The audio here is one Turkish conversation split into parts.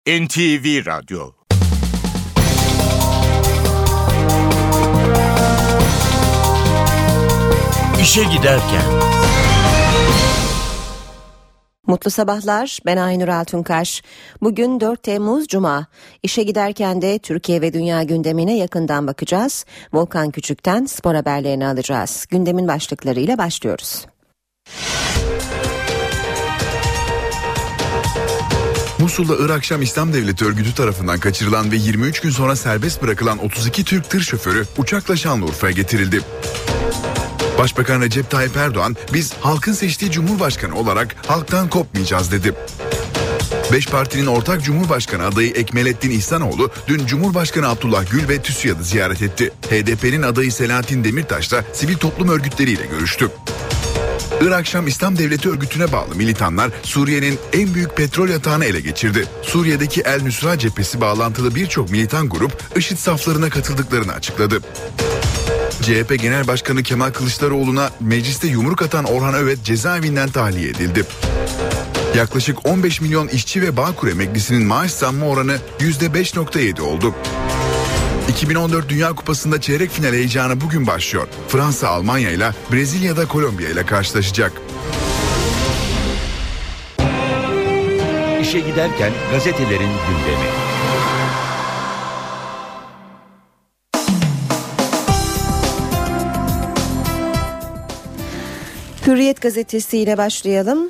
NTV Radyo. İşe giderken. Mutlu sabahlar, ben Aynur Altunkaş. Bugün 4 Temmuz Cuma. İşe giderken de Türkiye ve dünya gündemine yakından bakacağız. Volkan Küçük'ten spor haberlerini alacağız. Gündemin başlıklarıyla başlıyoruz. Musul'da Irak Şam İslam Devleti örgütü tarafından kaçırılan ve 23 gün sonra serbest bırakılan 32 Türk tır şoförü uçakla Şanlıurfa'ya getirildi. Başbakan Recep Tayyip Erdoğan, biz halkın seçtiği Cumhurbaşkanı olarak halktan kopmayacağız dedi. 5 partinin ortak Cumhurbaşkanı adayı Ekmelettin İhsanoğlu dün Cumhurbaşkanı Abdullah Gül ve TÜSİAD'ı ziyaret etti. HDP'nin adayı Selahattin Demirtaş da sivil toplum örgütleriyle görüştü. Irak Şam İslam Devleti örgütüne bağlı militanlar Suriye'nin en büyük petrol yatağını ele geçirdi. Suriye'deki El Nusra cephesi bağlantılı birçok militan grup IŞİD saflarına katıldıklarını açıkladı. CHP Genel Başkanı Kemal Kılıçdaroğlu'na mecliste yumruk atan Orhan Övet cezaevinden tahliye edildi. Yaklaşık 15 milyon işçi ve Bağkur emeklisinin maaş zammı oranı %5.7 oldu. 2014 Dünya Kupası'nda çeyrek final heyecanı bugün başlıyor. Fransa Almanya ile Brezilya'da Kolombiya ile karşılaşacak. İşe giderken gazetelerin gündemi. Hürriyet gazetesiyle başlayalım.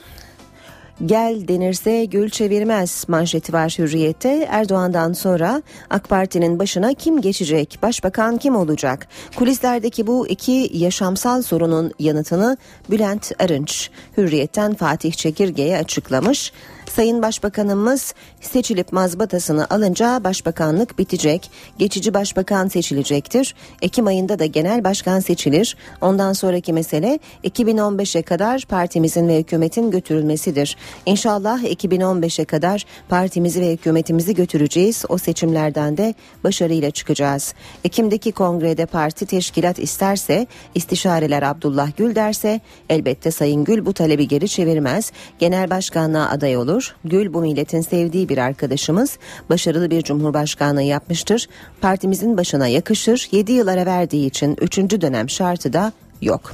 Gel denirse gül çevirmez manşeti var Hürriyet'te. Erdoğan'dan sonra AK Parti'nin başına kim geçecek? Başbakan kim olacak? Kulislerdeki bu iki yaşamsal sorunun yanıtını Bülent Arınç Hürriyet'ten Fatih Çekirge'ye açıklamış. Sayın Başbakanımız seçilip mazbatasını alınca başbakanlık bitecek. Geçici başbakan seçilecektir. Ekim ayında da genel başkan seçilir. Ondan sonraki mesele 2015'e kadar partimizin ve hükümetin götürülmesidir. İnşallah 2015'e kadar partimizi ve hükümetimizi götüreceğiz. O seçimlerden de başarıyla çıkacağız. Ekim'deki kongrede parti teşkilat isterse, istişareler Abdullah Gül derse, elbette Sayın Gül bu talebi geri çevirmez. Genel başkanlığa aday olur. Gül bu milletin sevdiği bir arkadaşımız, başarılı bir cumhurbaşkanlığı yapmıştır. Partimizin başına yakışır. 7 yıl ara verdiği için 3. dönem şartı da yok.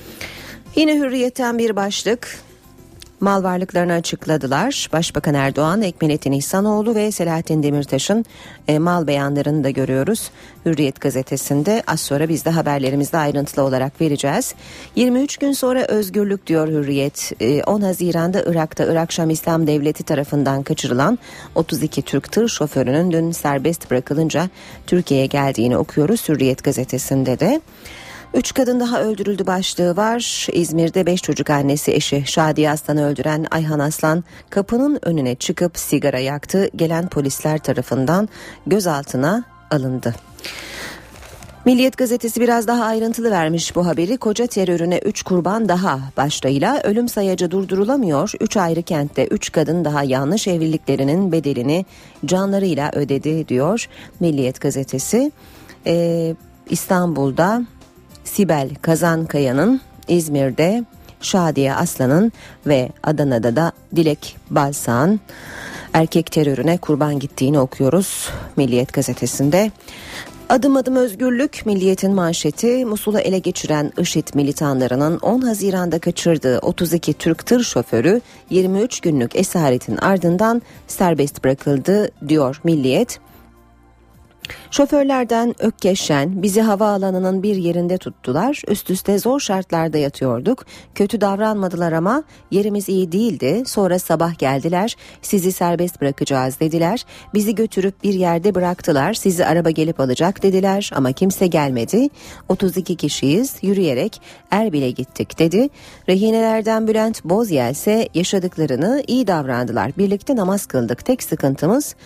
Yine Hürriyet'ten bir başlık. Mal varlıklarını açıkladılar. Başbakan Erdoğan, Ekmelettin İhsanoğlu ve Selahattin Demirtaş'ın mal beyanlarını da görüyoruz. Hürriyet gazetesinde az sonra biz de haberlerimizde ayrıntılı olarak vereceğiz. 23 gün sonra özgürlük diyor Hürriyet. 10 Haziran'da Irak'ta Irak Şam İslam Devleti tarafından kaçırılan 32 Türk tır şoförünün dün serbest bırakılınca Türkiye'ye geldiğini okuyoruz Hürriyet gazetesinde de. 3 kadın daha öldürüldü başlığı var. İzmir'de 5 çocuk annesi eşi Şadiye Aslan'ı öldüren Ayhan Aslan kapının önüne çıkıp sigara yaktı. Gelen polisler tarafından gözaltına alındı. Milliyet gazetesi biraz daha ayrıntılı vermiş bu haberi. Koca terörüne 3 kurban daha başlığıyla ölüm sayacı durdurulamıyor. 3 ayrı kentte 3 kadın daha yanlış evliliklerinin bedelini canlarıyla ödedi diyor Milliyet gazetesi. İstanbul'da Sibel Kazankaya'nın, İzmir'de Şadiye Aslan'ın ve Adana'da da Dilek Balsağ'ın erkek terörüne kurban gittiğini okuyoruz Milliyet gazetesinde. Adım adım özgürlük Milliyet'in manşeti. Musul'u ele geçiren IŞİD militanlarının 10 Haziran'da kaçırdığı 32 Türk tır şoförü 23 günlük esaretin ardından serbest bırakıldı diyor Milliyet. Şoförlerden Ökkeşen, bizi havaalanının bir yerinde tuttular. Üst üste zor şartlarda yatıyorduk. Kötü davranmadılar ama yerimiz iyi değildi. Sonra sabah geldiler. Sizi serbest bırakacağız dediler. Bizi götürüp bir yerde bıraktılar. Sizi araba gelip alacak dediler ama kimse gelmedi. 32 kişiyiz. Yürüyerek Erbil'e gittik dedi. Rehinelerden Bülent Bozyel ise yaşadıklarını iyi davrandılar. Birlikte namaz kıldık. Tek sıkıntımız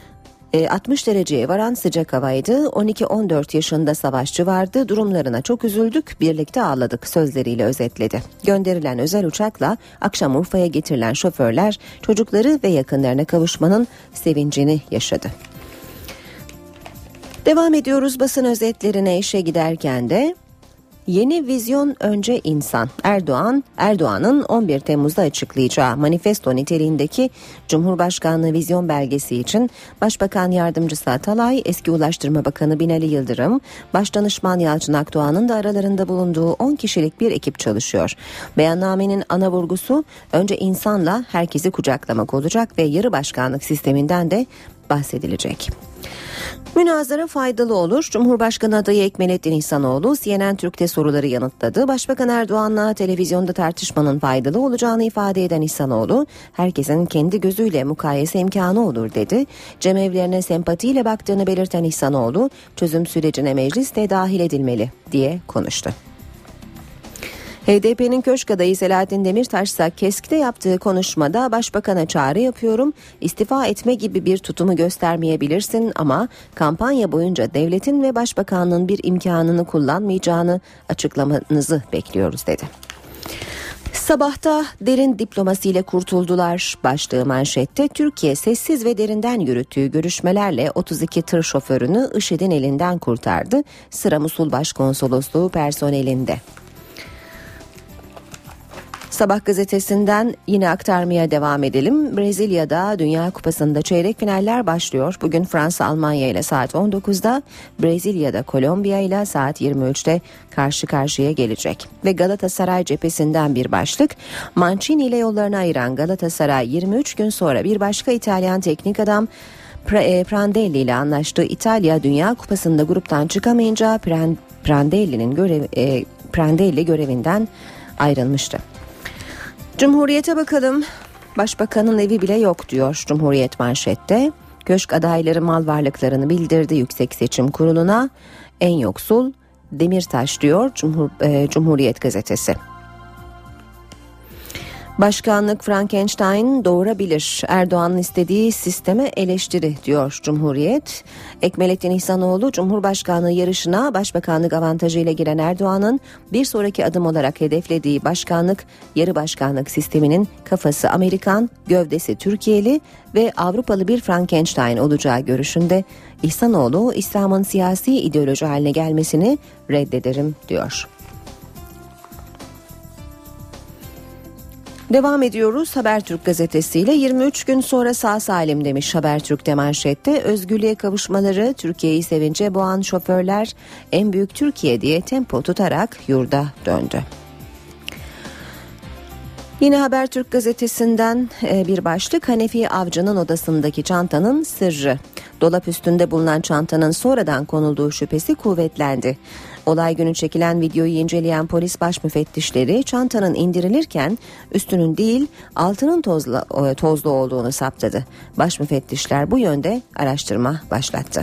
60 dereceye varan sıcak havaydı. 12-14 yaşında savaşçı vardı. Durumlarına çok üzüldük. Birlikte ağladık sözleriyle özetledi. Gönderilen özel uçakla akşam Urfa'ya getirilen şoförler çocukları ve yakınlarına kavuşmanın sevincini yaşadı. Devam ediyoruz basın özetlerine işe giderken de. Yeni vizyon önce insan. Erdoğan'ın 11 Temmuz'da açıklayacağı manifesto niteliğindeki Cumhurbaşkanlığı vizyon belgesi için Başbakan Yardımcısı Atalay, eski Ulaştırma Bakanı Binali Yıldırım, Başdanışman Yalçın Akdoğan'ın da aralarında bulunduğu 10 kişilik bir ekip çalışıyor. Beyannamenin ana vurgusu önce insanla herkesi kucaklamak olacak ve yarı başkanlık sisteminden de bahsedilecek. Münazara faydalı olur. Cumhurbaşkanı adayı Ekmelettin İhsanoğlu CNN Türk'te soruları yanıtladı. Başbakan Erdoğan'la televizyonda tartışmanın faydalı olacağını ifade eden İhsanoğlu, herkesin kendi gözüyle mukayese imkanı olur dedi. Cemevlerine sempatiyle baktığını belirten İhsanoğlu, çözüm sürecine meclis de dahil edilmeli diye konuştu. HDP'nin köşk adayı Selahattin Demirtaş ise KESK'te yaptığı konuşmada başbakana çağrı yapıyorum. İstifa etme gibi bir tutumu göstermeyebilirsin ama kampanya boyunca devletin ve başbakanlığın bir imkanını kullanmayacağını açıklamanızı bekliyoruz dedi. Sabahta derin diplomasiyle kurtuldular başlığı manşette. Türkiye sessiz ve derinden yürüttüğü görüşmelerle 32 tır şoförünü IŞİD'in elinden kurtardı. Sıra Musul Başkonsolosluğu personelinde. Sabah gazetesinden yine aktarmaya devam edelim. Brezilya'da Dünya Kupası'nda çeyrek finaller başlıyor. Bugün Fransa Almanya ile saat 19'da, Brezilya'da Kolombiya ile saat 23'te karşı karşıya gelecek. Ve Galatasaray cephesinden bir başlık. Mancini ile yollarını ayıran Galatasaray 23 gün sonra bir başka İtalyan teknik adam Prandelli ile anlaştığı İtalya Dünya Kupası'nda gruptan çıkamayınca Prandelli görevinden ayrılmıştı. Cumhuriyet'e bakalım. Başbakanın evi bile yok diyor Cumhuriyet manşette. Köşk adayları mal varlıklarını bildirdi Yüksek Seçim Kurulu'na. En yoksul Demirtaş diyor Cumhuriyet gazetesi. Başkanlık Frankenstein doğurabilir. Erdoğan'ın istediği sisteme eleştiri diyor Cumhuriyet. Ekmelettin İhsanoğlu Cumhurbaşkanlığı yarışına başbakanlık avantajıyla giren Erdoğan'ın bir sonraki adım olarak hedeflediği başkanlık, yarı başkanlık sisteminin kafası Amerikan, gövdesi Türkiye'li ve Avrupalı bir Frankenstein olacağı görüşünde. İhsanoğlu İslam'ın siyasi ideoloji haline gelmesini reddederim diyor. Devam ediyoruz Habertürk gazetesiyle. 23 gün sonra sağ salim demiş Habertürk'te manşette. Özgürlüğe kavuşmaları Türkiye'yi sevince boğan şoförler en büyük Türkiye diye tempo tutarak yurda döndü. Yine Habertürk gazetesinden bir başlık. Hanefi Avcı'nın odasındaki çantanın sırrı. Dolap üstünde bulunan çantanın sonradan konulduğu şüphesi kuvvetlendi. Olay günü çekilen videoyu inceleyen polis baş müfettişleri çantanın indirilirken üstünün değil altının tozlu olduğunu saptadı. Baş müfettişler bu yönde araştırma başlattı.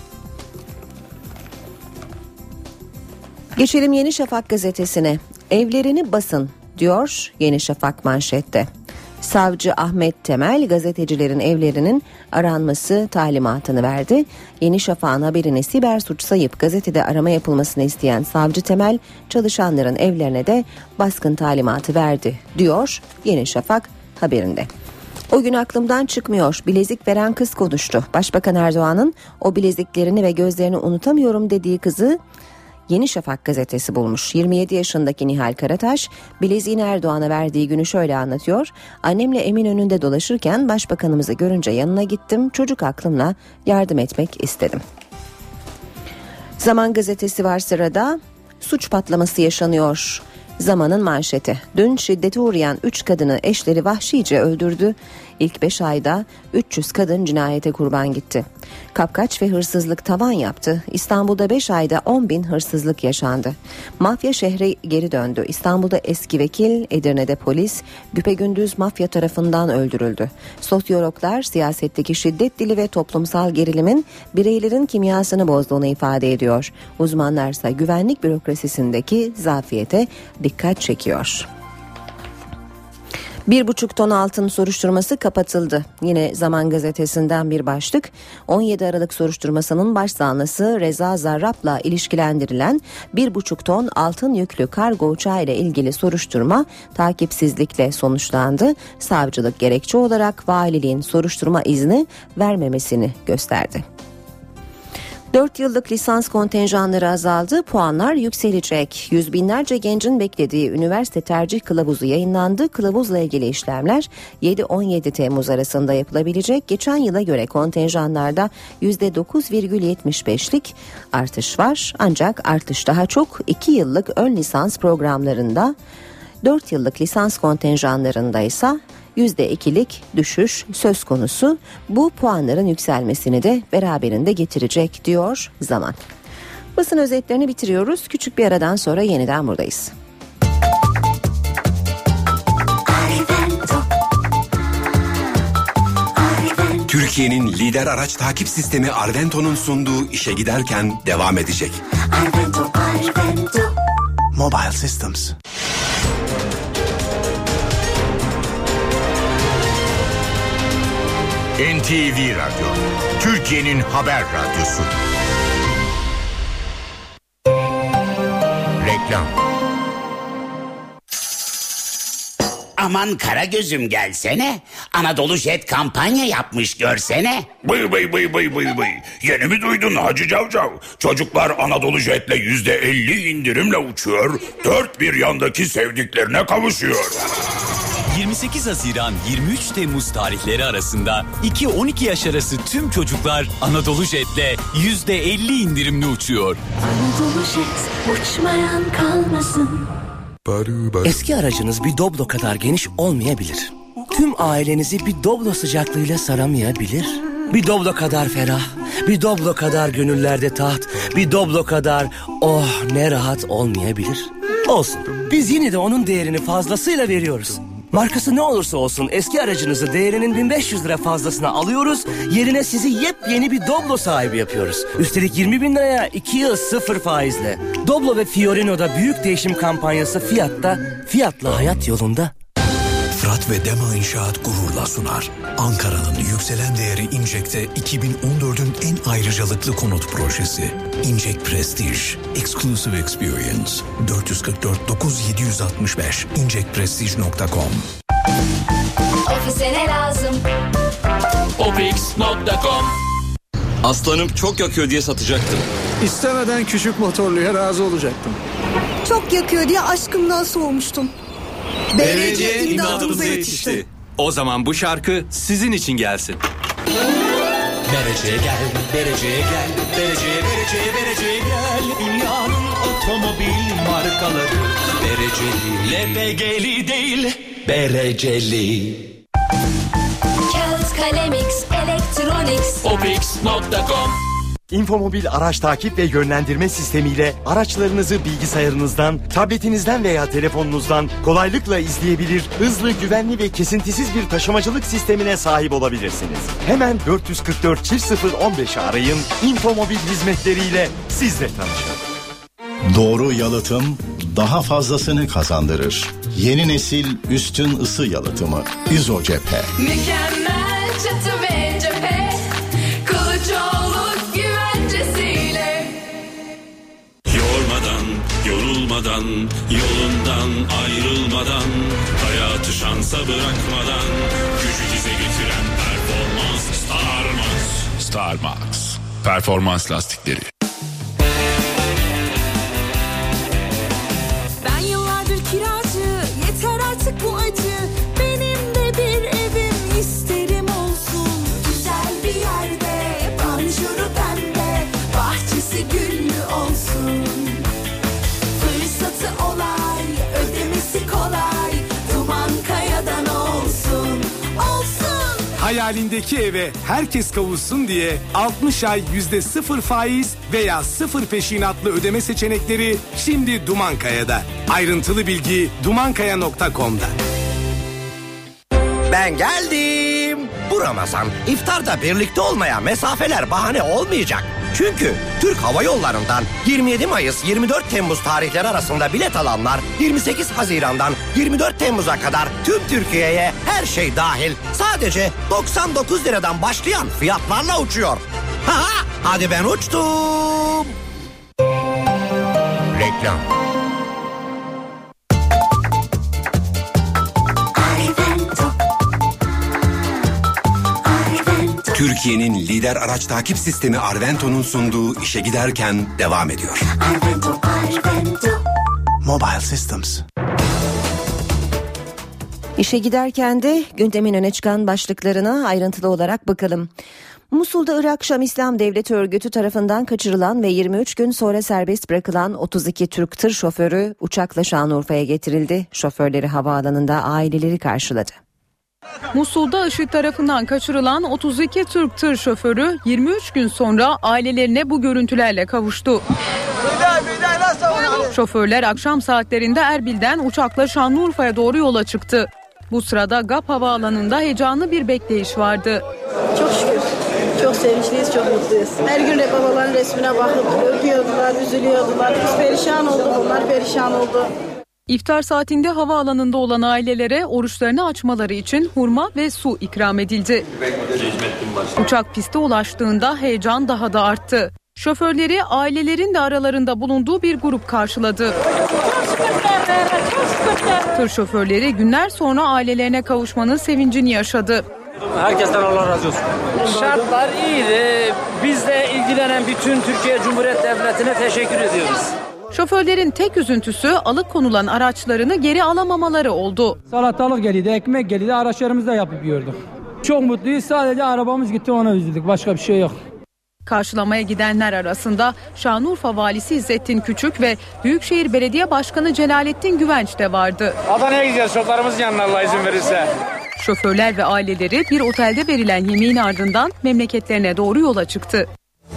Geçelim Yeni Şafak gazetesine. Evlerini basın diyor Yeni Şafak manşette. Savcı Ahmet Temel gazetecilerin evlerinin aranması talimatını verdi. Yeni Şafak'ın haberine siber suç sayıp gazetede arama yapılmasını isteyen Savcı Temel çalışanların evlerine de baskın talimatı verdi diyor Yeni Şafak haberinde. O gün aklımdan çıkmıyor. Bilezik veren kız konuştu. Başbakan Erdoğan'ın o bileziklerini ve gözlerini unutamıyorum dediği kızı Yeni Şafak gazetesi bulmuş. 27 yaşındaki Nihal Karataş bileziğini Erdoğan'a verdiği günü şöyle anlatıyor. Annemle Eminönü'nde dolaşırken başbakanımızı görünce yanına gittim. Çocuk aklımla yardım etmek istedim. Zaman gazetesi var sırada. Suç patlaması yaşanıyor. Zamanın manşeti. Dün şiddete uğrayan 3 kadını eşleri vahşice öldürdü. İlk 5 ayda 300 kadın cinayete kurban gitti. Kapkaç ve hırsızlık tavan yaptı. İstanbul'da 5 ayda 10.000 hırsızlık yaşandı. Mafya şehre geri döndü. İstanbul'da eski vekil, Edirne'de polis, güpegündüz mafya tarafından öldürüldü. Sosyologlar siyasetteki şiddet dili ve toplumsal gerilimin bireylerin kimyasını bozduğunu ifade ediyor. Uzmanlarsa güvenlik bürokrasisindeki zafiyete dikkat çekiyor. 1,5 ton altın soruşturması kapatıldı. Yine Zaman gazetesinden bir başlık. 17 Aralık soruşturmasının başsağlısı Reza Zarrab'la ilişkilendirilen 1,5 ton altın yüklü kargo uçağı ile ilgili soruşturma takipsizlikle sonuçlandı. Savcılık gerekçe olarak valiliğin soruşturma izni vermemesini gösterdi. 4 yıllık lisans kontenjanları azaldı, puanlar yükselecek. Yüz binlerce gencin beklediği üniversite tercih kılavuzu yayınlandı. Kılavuzla ilgili işlemler 7-17 Temmuz arasında yapılabilecek. Geçen yıla göre kontenjanlarda %9,75'lik artış var. Ancak artış daha çok 2 yıllık ön lisans programlarında, 4 yıllık lisans kontenjanlarında ise %2'lik düşüş söz konusu. Bu puanların yükselmesini de beraberinde getirecek diyor Zaman. Basın özetlerini bitiriyoruz. Küçük bir aradan sonra yeniden buradayız. Türkiye'nin lider araç takip sistemi Arvento'nun sunduğu işe giderken devam edecek. Arvento. Mobile Systems. NTV Radyo, Türkiye'nin haber radyosu. Reklam. Aman Karagöz'üm gelsene. Anadolu Jet kampanya yapmış görsene. Bıy bıy bıy bıy bıy bıy. Yeni mi duydun Hacı Cavcav? Çocuklar Anadolu Jet'le %50 indirimle uçuyor. Dört bir yandaki sevdiklerine kavuşuyor. 28 Haziran 23 Temmuz tarihleri arasında 2-12 yaş arası tüm çocuklar Anadolu Jet'le %50 indirimli uçuyor. Anadolu Jet uçmayan kalmasın. Eski aracınız bir Doblo kadar geniş olmayabilir. Tüm ailenizi bir Doblo sıcaklığıyla saramayabilir. Bir Doblo kadar ferah, bir Doblo kadar gönüllerde taht, bir Doblo kadar oh ne rahat olmayabilir. Olsun, biz yine de onun değerini fazlasıyla veriyoruz. Markası ne olursa olsun eski aracınızı değerinin 1500 lira fazlasına alıyoruz. Yerine sizi yepyeni bir Doblo sahibi yapıyoruz. Üstelik 20.000 liraya 2 yıl 0 faizle. Doblo ve Fiorino'da büyük değişim kampanyası fiyatla hayat yolunda. Fırat ve Dema İnşaat gururla sunar. Ankara'nın yükselen değeri İncek'te 2014'ün en ayrıcalıklı konut projesi. İncek Prestige, Exclusive Experience. 444 9765 incekprestige.com. Ofise ne lazım? Opix.com. Aslanım çok yakıyor diye satacaktım. İstemeden küçük motorluya razı olacaktım. Çok yakıyor diye aşkımdan soğumuştum. BRC imdadımıza yetişti. O zaman bu şarkı sizin için gelsin. Berece'ye gel, Berece'ye gel, Berece'ye gel. Dünyanın otomobil markaları Bereceli. LPG'li değil, Bereceli. Kağıt, kalem, X, Electronics. Opix.com. İnfomobil araç takip ve yönlendirme sistemiyle araçlarınızı bilgisayarınızdan, tabletinizden veya telefonunuzdan kolaylıkla izleyebilir, hızlı, güvenli ve kesintisiz bir taşımacılık sistemine sahip olabilirsiniz. Hemen 444-0015'i arayın, İnfomobil hizmetleriyle sizle tanışın. Doğru yalıtım daha fazlasını kazandırır. Yeni nesil üstün ısı yalıtımı İzocephe. Mükemmel çatı ve cephe. Kılıçoğlu güvencesiyle. Yormadan, yorulmadan, yolundan ayrılmadan, hayatı şansa bırakmadan, gücü dize getiren performans Starmax. Starmax. Performans lastikleri. Ben yıllardır kiracı, yeter artık bu acı. Benim de bir evim isterim olsun. Güzel bir yerde, panjuru pembe, bahçesi güllü olsun. Fırsatı olay, ödemesi kolay, Duman Kaya'dan olsun, olsun. Hayalindeki eve herkes kavuşsun diye 60 ay %0 faiz veya 0 peşinatlı ödeme seçenekleri şimdi Dumankaya'da. Ayrıntılı bilgi dumankaya.com'da. Ben geldim. Bu Ramazan iftarda birlikte olmaya mesafeler bahane olmayacak. Çünkü Türk Hava Yolları'ndan 27 Mayıs 24 Temmuz tarihleri arasında bilet alanlar 28 Haziran'dan 24 Temmuz'a kadar tüm Türkiye'ye her şey dahil sadece 99 liradan başlayan fiyatlarla uçuyor. Hadi ben uçtum. Reklam. Türkiye'nin lider araç takip sistemi Arvento'nun sunduğu işe giderken devam ediyor. Arvento. Mobile Systems. İşe giderken de gündemin öne çıkan başlıklarına ayrıntılı olarak bakalım. Musul'da Irak Şam İslam Devleti Örgütü tarafından kaçırılan ve 23 gün sonra serbest bırakılan 32 Türk tır şoförü uçakla Şanlıurfa'ya getirildi. Şoförleri havaalanında aileleri karşıladı. Musul'da IŞİD tarafından kaçırılan 32 Türk tır şoförü 23 gün sonra ailelerine bu görüntülerle kavuştu. Şoförler akşam saatlerinde Erbil'den uçakla Şanlıurfa'ya doğru yola çıktı. Bu sırada GAP havaalanında heyecanlı bir bekleyiş vardı. Çok şükür. Çok sevinçliyiz, çok mutluyuz. Her gün babaların resmine bakıp öpüyordular, üzülüyordular. Biz perişan olduk, onlar perişan oldu. İftar saatinde havaalanında olan ailelere oruçlarını açmaları için hurma ve su ikram edildi. Uçak piste ulaştığında heyecan daha da arttı. Şoförleri ailelerin de aralarında bulunduğu bir grup karşıladı. Tır şoförleri günler sonra ailelerine kavuşmanın sevincini yaşadı. Herkesten Allah razı olsun. Şartlar iyiydi. Bizle ilgilenen bütün Türkiye Cumhuriyet Devleti'ne teşekkür ediyoruz. Şoförlerin tek üzüntüsü alıkonulan araçlarını geri alamamaları oldu. Salatalık geldi, ekmek geldi, araçlarımızda yapıp yiyorduk. Çok mutluyuz, sadece arabamız gitti, ona üzüldük, başka bir şey yok. Karşılamaya gidenler arasında Şanlıurfa Valisi İzzettin Küçük ve Büyükşehir Belediye Başkanı Celalettin Güvenç de vardı. Adana'ya gideceğiz, çocuklarımızın yanına Allah izin verirse. Şoförler ve aileleri bir otelde verilen yemeğin ardından memleketlerine doğru yola çıktı.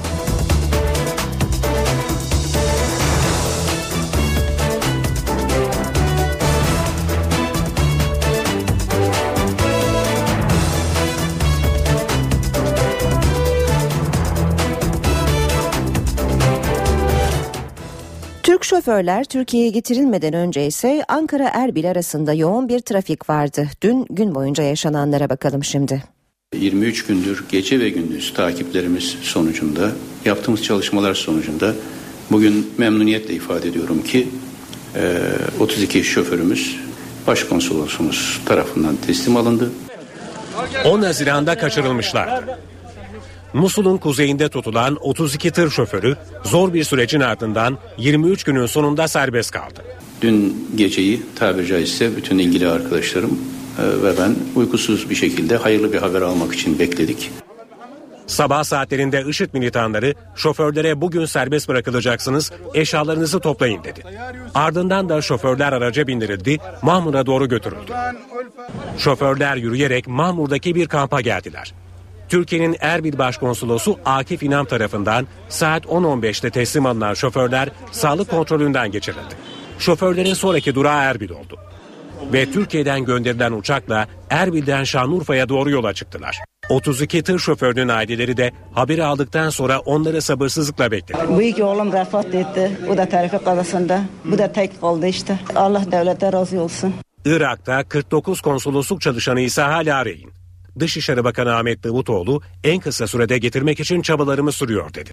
Türk şoförler Türkiye'ye getirilmeden önce ise Ankara-Erbil arasında yoğun bir trafik vardı. Dün gün boyunca yaşananlara bakalım şimdi. 23 gündür gece ve gündüz takiplerimiz sonucunda, yaptığımız çalışmalar sonucunda bugün memnuniyetle ifade ediyorum ki 32 şoförümüz Başkonsolosumuz tarafından teslim alındı. 10 Haziran'da kaçırılmışlar. Musul'un kuzeyinde tutulan 32 tır şoförü zor bir sürecin ardından 23 günün sonunda serbest kaldı. Dün geceyi tabiri caizse bütün ilgili arkadaşlarım ve ben uykusuz bir şekilde hayırlı bir haber almak için bekledik. Sabah saatlerinde IŞİD militanları şoförlere bugün serbest bırakılacaksınız, eşyalarınızı toplayın dedi. Ardından da şoförler araca bindirildi, Mahmur'a doğru götürüldü. Şoförler yürüyerek Mahmur'daki bir kampa geldiler. Türkiye'nin Erbil Başkonsolosu Akif İnam tarafından saat 10.15'te teslim alınan şoförler sağlık kontrolünden geçirildi. Şoförlerin sonraki durağı Erbil oldu. Ve Türkiye'den gönderilen uçakla Erbil'den Şanlıurfa'ya doğru yola çıktılar. 32 tır şoförünün aileleri de haberi aldıktan sonra onları sabırsızlıkla bekledi. Büyük oğlum vefat etti. O da trafik kazasında. Bu da tek kaldı işte. Allah devlete razı olsun. Irak'ta 49 konsolosluk çalışanı ise hala rehin. Dışişleri Bakanı Ahmet Davutoğlu en kısa sürede getirmek için çabalarımız sürüyor dedi.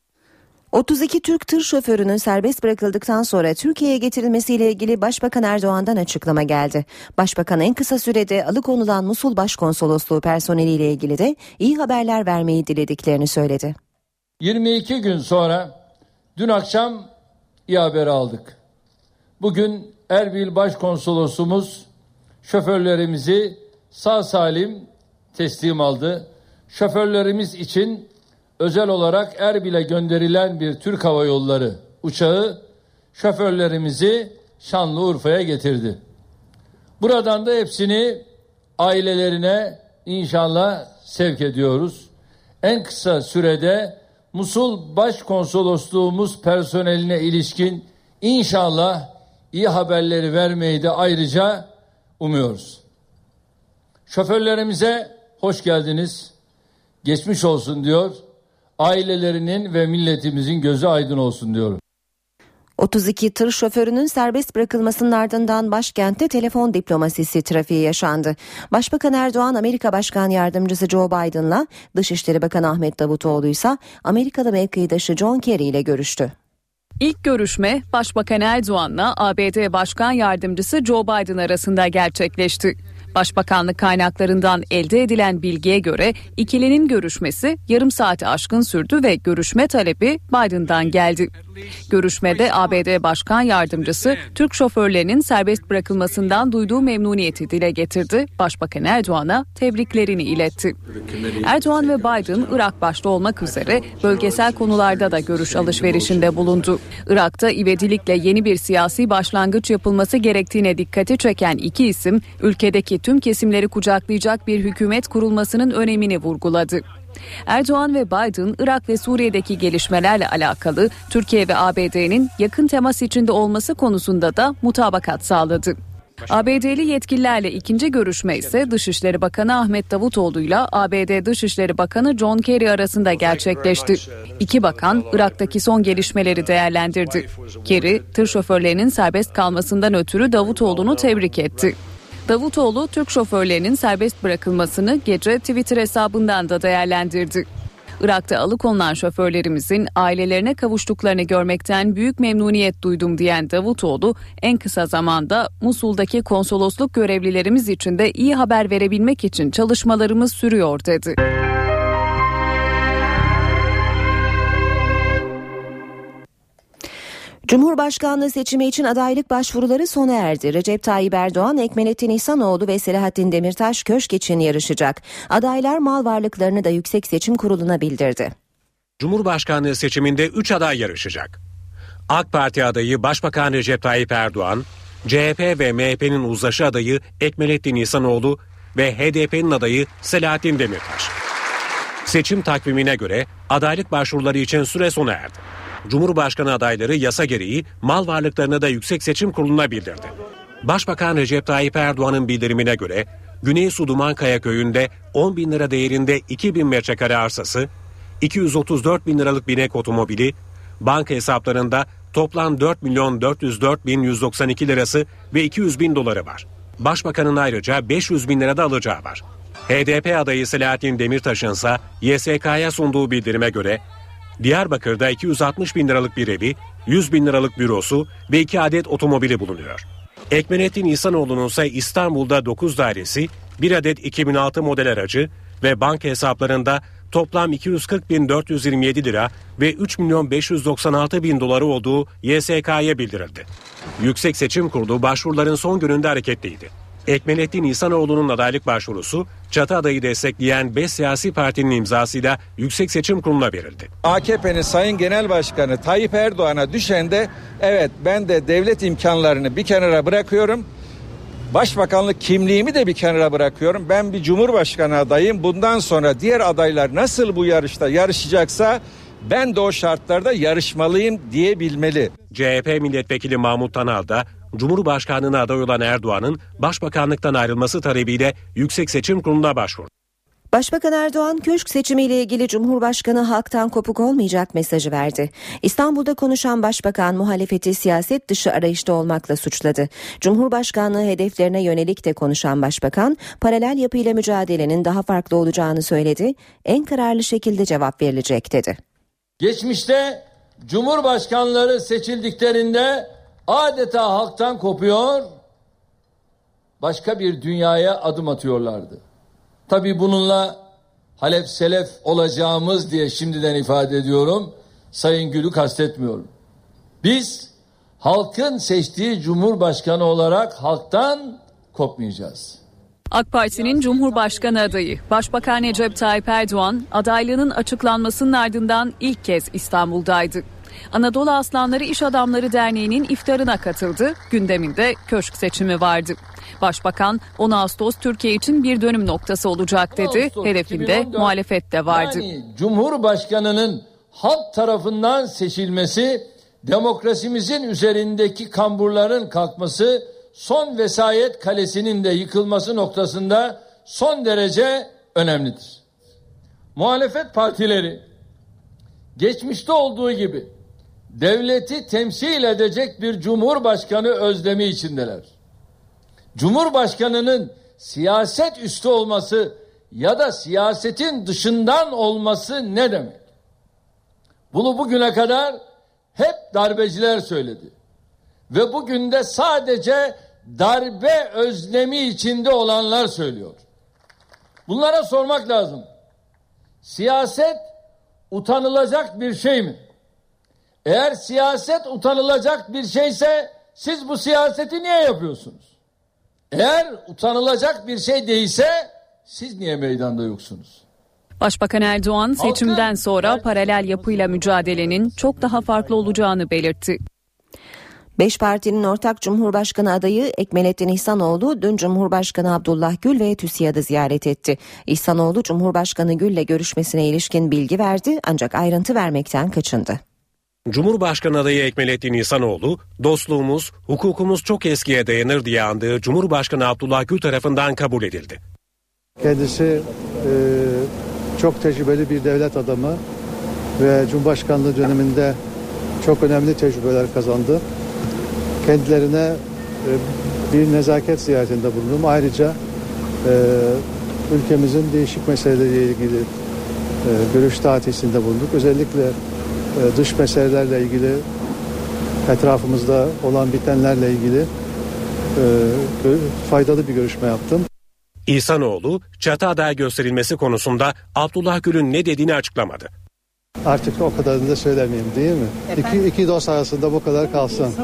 32 Türk tır şoförünün serbest bırakıldıktan sonra Türkiye'ye getirilmesiyle ilgili Başbakan Erdoğan'dan açıklama geldi. Başbakan en kısa sürede alıkonulan Musul Başkonsolosluğu personeliyle ilgili de iyi haberler vermeyi dilediklerini söyledi. 22 gün sonra dün akşam iyi haber aldık. Bugün Erbil Başkonsolosumuz şoförlerimizi sağ salim teslim aldı. Şoförlerimiz için özel olarak Erbil'e gönderilen bir Türk Hava Yolları uçağı şoförlerimizi Şanlıurfa'ya getirdi. Buradan da hepsini ailelerine inşallah sevk ediyoruz. En kısa sürede Musul Başkonsolosluğumuz personeline ilişkin inşallah iyi haberleri vermeyi de ayrıca umuyoruz. Şoförlerimize hoş geldiniz, geçmiş olsun diyor, ailelerinin ve milletimizin gözü aydın olsun diyorum. 32 tır şoförünün serbest bırakılmasının ardından başkentte telefon diplomasisi trafiği yaşandı. Başbakan Erdoğan, Amerika Başkan Yardımcısı Joe Biden'la Dışişleri Bakanı Ahmet Davutoğlu ise Amerikalı mevkidaşı John Kerry ile görüştü. İlk görüşme Başbakan Erdoğan'la ABD Başkan Yardımcısı Joe Biden arasında gerçekleşti. Başbakanlık kaynaklarından elde edilen bilgiye göre ikilinin görüşmesi yarım saati aşkın sürdü ve görüşme talebi Biden'dan geldi. Görüşmede ABD Başkan Yardımcısı Türk şoförlerinin serbest bırakılmasından duyduğu memnuniyeti dile getirdi. Başbakan Erdoğan'a tebriklerini iletti. Erdoğan ve Biden Irak başta olmak üzere bölgesel konularda da görüş alışverişinde bulundu. Irak'ta ivedilikle yeni bir siyasi başlangıç yapılması gerektiğine dikkati çeken iki isim, ülkedeki tüm kesimleri kucaklayacak bir hükümet kurulmasının önemini vurguladı. Erdoğan ve Biden, Irak ve Suriye'deki gelişmelerle alakalı Türkiye ve ABD'nin yakın temas içinde olması konusunda da mutabakat sağladı. ABD'li yetkililerle ikinci görüşme ise Dışişleri Bakanı Ahmet Davutoğlu ile ABD Dışişleri Bakanı John Kerry arasında gerçekleşti. İki bakan Irak'taki son gelişmeleri değerlendirdi. Kerry, tır şoförlerinin serbest kalmasından ötürü Davutoğlu'nu tebrik etti. Davutoğlu, Türk şoförlerinin serbest bırakılmasını gece Twitter hesabından da değerlendirdi. Irak'ta alıkonulan şoförlerimizin ailelerine kavuştuklarını görmekten büyük memnuniyet duydum diyen Davutoğlu, en kısa zamanda Musul'daki konsolosluk görevlilerimiz için de iyi haber verebilmek için çalışmalarımız sürüyor dedi. Cumhurbaşkanlığı seçimi için adaylık başvuruları sona erdi. Recep Tayyip Erdoğan, Ekmelettin İhsanoğlu ve Selahattin Demirtaş köşk için yarışacak. Adaylar mal varlıklarını da Yüksek Seçim Kurulu'na bildirdi. Cumhurbaşkanlığı seçiminde 3 aday yarışacak. AK Parti adayı Başbakan Recep Tayyip Erdoğan, CHP ve MHP'nin uzlaşı adayı Ekmelettin İhsanoğlu ve HDP'nin adayı Selahattin Demirtaş. Seçim takvimine göre adaylık başvuruları için süre sona erdi. Cumhurbaşkanı adayları yasa gereği mal varlıklarını da Yüksek Seçim Kurulu'na bildirdi. Başbakan Recep Tayyip Erdoğan'ın bildirimine göre Güneysu Dumankaya köyünde 10 bin lira değerinde 2.000 metrekare arsası, 234 bin liralık binek otomobili, banka hesaplarında toplam 4.404.192 lirası ve 200 bin doları var. Başbakanın ayrıca 500 bin lirada alacağı var. HDP adayı Selahattin Demirtaş'ın ise YSK'ya sunduğu bildirime göre Diyarbakır'da 260 bin liralık bir evi, 100 bin liralık bürosu ve 2 adet otomobili bulunuyor. Ekmelettin İhsanoğlu'nun ise İstanbul'da 9 dairesi, 1 adet 2006 model aracı ve banka hesaplarında toplam 240.427 lira ve 3.596.000 doları olduğu YSK'ya bildirildi. Yüksek Seçim Kurulu başvuruların son gününde hareketliydi. Ekmelettin İhsanoğlu'nun adaylık başvurusu çatı adayı destekleyen 5 siyasi partinin imzasıyla Yüksek Seçim Kurulu'na verildi. AKP'nin Sayın Genel Başkanı Tayyip Erdoğan'a düşen de evet ben de devlet imkanlarını bir kenara bırakıyorum. Başbakanlık kimliğimi de bir kenara bırakıyorum. Ben bir Cumhurbaşkanı adayım. Bundan sonra diğer adaylar nasıl bu yarışta yarışacaksa ben de o şartlarda yarışmalıyım diyebilmeli. CHP milletvekili Mahmut Tanal da Cumhurbaşkanlığına aday olan Erdoğan'ın başbakanlıktan ayrılması talebiyle Yüksek Seçim Kurulu'na başvurdu. Başbakan Erdoğan, köşk seçimiyle ilgili Cumhurbaşkanı halktan kopuk olmayacak mesajı verdi. İstanbul'da konuşan Başbakan muhalefeti siyaset dışı arayışta olmakla suçladı. Cumhurbaşkanlığı hedeflerine yönelik de konuşan Başbakan, paralel yapıyla mücadelenin daha farklı olacağını söyledi. En kararlı şekilde cevap verilecek dedi. Geçmişte Cumhurbaşkanları seçildiklerinde adeta halktan kopuyor, başka bir dünyaya adım atıyorlardı. Tabii bununla halef selef olacağımız diye şimdiden ifade ediyorum. Sayın Gül'ü kastetmiyorum. Biz halkın seçtiği Cumhurbaşkanı olarak halktan kopmayacağız. AK Parti'nin Cumhurbaşkanı adayı Başbakan Recep Tayyip Erdoğan adaylığının açıklanmasının ardından ilk kez İstanbul'daydı. Anadolu Aslanları İş Adamları Derneği'nin iftarına katıldı. Gündeminde köşk seçimi vardı. Başbakan 10 Ağustos Türkiye için bir dönüm noktası olacak dedi. Hedefinde muhalefet de vardı. Yani Cumhurbaşkanının halk tarafından seçilmesi, demokrasimizin üzerindeki kamburların kalkması, son vesayet kalesinin de yıkılması noktasında son derece önemlidir. Muhalefet partileri geçmişte olduğu gibi devleti temsil edecek bir cumhurbaşkanı özlemi içindeler. Cumhurbaşkanının siyaset üstü olması ya da siyasetin dışından olması ne demek? Bunu bugüne kadar hep darbeciler söyledi. Ve bugün de sadece darbe özlemi içinde olanlar söylüyor. Bunlara sormak lazım. Siyaset utanılacak bir şey mi? Eğer siyaset utanılacak bir şeyse siz bu siyaseti niye yapıyorsunuz? Eğer utanılacak bir şey değilse siz niye meydanda yoksunuz? Başbakan Erdoğan seçimden sonra paralel yapıyla mücadelenin çok daha farklı olacağını belirtti. 5 partinin ortak Cumhurbaşkanı adayı Ekmelettin İhsanoğlu dün Cumhurbaşkanı Abdullah Gül ve TÜSİAD'ı ziyaret etti. İhsanoğlu Cumhurbaşkanı Gül'le görüşmesine ilişkin bilgi verdi ancak ayrıntı vermekten kaçındı. Cumhurbaşkanı adayı Ekmelettin İhsanoğlu, dostluğumuz, hukukumuz çok eskiye dayanır diye andığı Cumhurbaşkanı Abdullah Gül tarafından kabul edildi. Kendisi çok tecrübeli bir devlet adamı ve Cumhurbaşkanlığı döneminde çok önemli tecrübeler kazandı. Kendilerine bir nezaket ziyaretinde bulundum. Ayrıca ülkemizin değişik meseleleriyle ilgili görüş tatisinde bulunduk. Özellikle dış meselelerle ilgili, etrafımızda olan bitenlerle ilgili faydalı bir görüşme yaptım. İhsanoğlu, çatı aday gösterilmesi konusunda Abdullah Gül'ün ne dediğini açıklamadı. Artık o kadarını da söylemeyeyim değil mi? İki dost arasında bu kadar kalsın.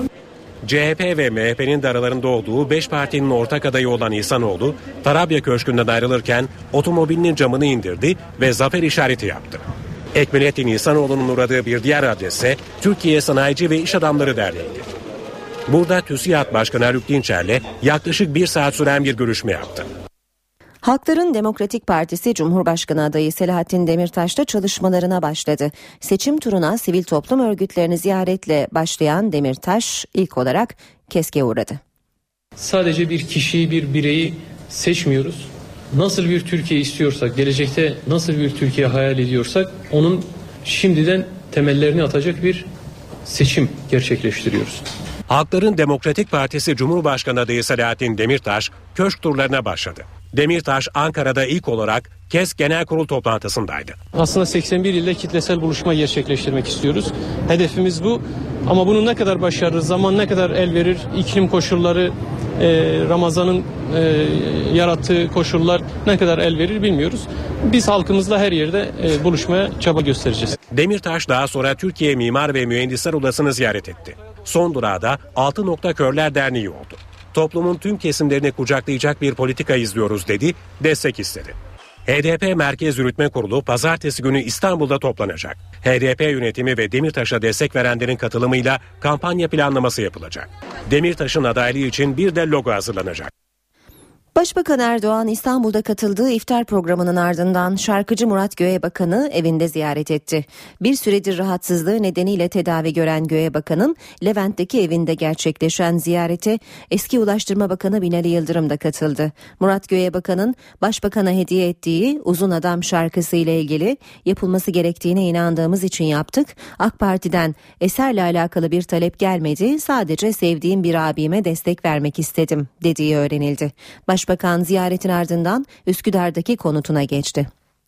CHP ve MHP'nin de aralarında olduğu 5 partinin ortak adayı olan İhsanoğlu, Tarabya Köşkü'nden ayrılırken otomobilinin camını indirdi ve zafer işareti yaptı. Ekmelettin İhsanoğlu'nun uğradığı bir diğer adresse Türkiye Sanayici ve İş Adamları Derneği'ydi. Burada TÜSİAD Başkanı Haluk Dinçer'le yaklaşık 1 saat süren bir görüşme yaptı. Halkların Demokratik Partisi Cumhurbaşkanı adayı Selahattin Demirtaş da çalışmalarına başladı. Seçim turuna sivil toplum örgütlerini ziyaretle başlayan Demirtaş ilk olarak KESK'e uğradı. Sadece bir kişiyi, bir bireyi seçmiyoruz. Nasıl bir Türkiye istiyorsak, gelecekte nasıl bir Türkiye hayal ediyorsak onun şimdiden temellerini atacak bir seçim gerçekleştiriyoruz. Halkların Demokratik Partisi Cumhurbaşkanı adayı Selahattin Demirtaş köşk turlarına başladı. Demirtaş Ankara'da ilk olarak KESK Genel Kurul toplantısındaydı. Aslında 81 ilde kitlesel buluşma gerçekleştirmek istiyoruz. Hedefimiz bu. Ama bunu ne kadar başarırız, zaman ne kadar el verir, iklim koşulları, Ramazan'ın yarattığı koşullar ne kadar el verir bilmiyoruz. Biz halkımızla her yerde buluşmaya çaba göstereceğiz. Demirtaş daha sonra Türkiye Mimar ve Mühendisler Odası'nı ziyaret etti. Son durağı da 6 Nokta Körler Derneği oldu. Toplumun tüm kesimlerini kucaklayacak bir politika izliyoruz dedi, destek istedi. HDP Merkez Yürütme Kurulu pazartesi günü İstanbul'da toplanacak. HDP yönetimi ve Demirtaş'a destek verenlerin katılımıyla kampanya planlaması yapılacak. Demirtaş'ın adaylığı için bir de logo hazırlanacak. Başbakan Erdoğan İstanbul'da katıldığı iftar programının ardından şarkıcı Murat Göğebakan'ı evinde ziyaret etti. Bir süredir rahatsızlığı nedeniyle tedavi gören Göğebakan'ın Levent'teki evinde gerçekleşen ziyarete eski Ulaştırma Bakanı Binali Yıldırım da katıldı. Murat Göğebakan'ın Başbakan'a hediye ettiği Uzun Adam şarkısı ile ilgili yapılması gerektiğine inandığımız için yaptık. AK Parti'den eserle alakalı bir talep gelmedi. Sadece sevdiğim bir abime destek vermek istedim dediği öğrenildi. Başbakan ziyaretin ardından Üsküdar'daki konutuna geçti.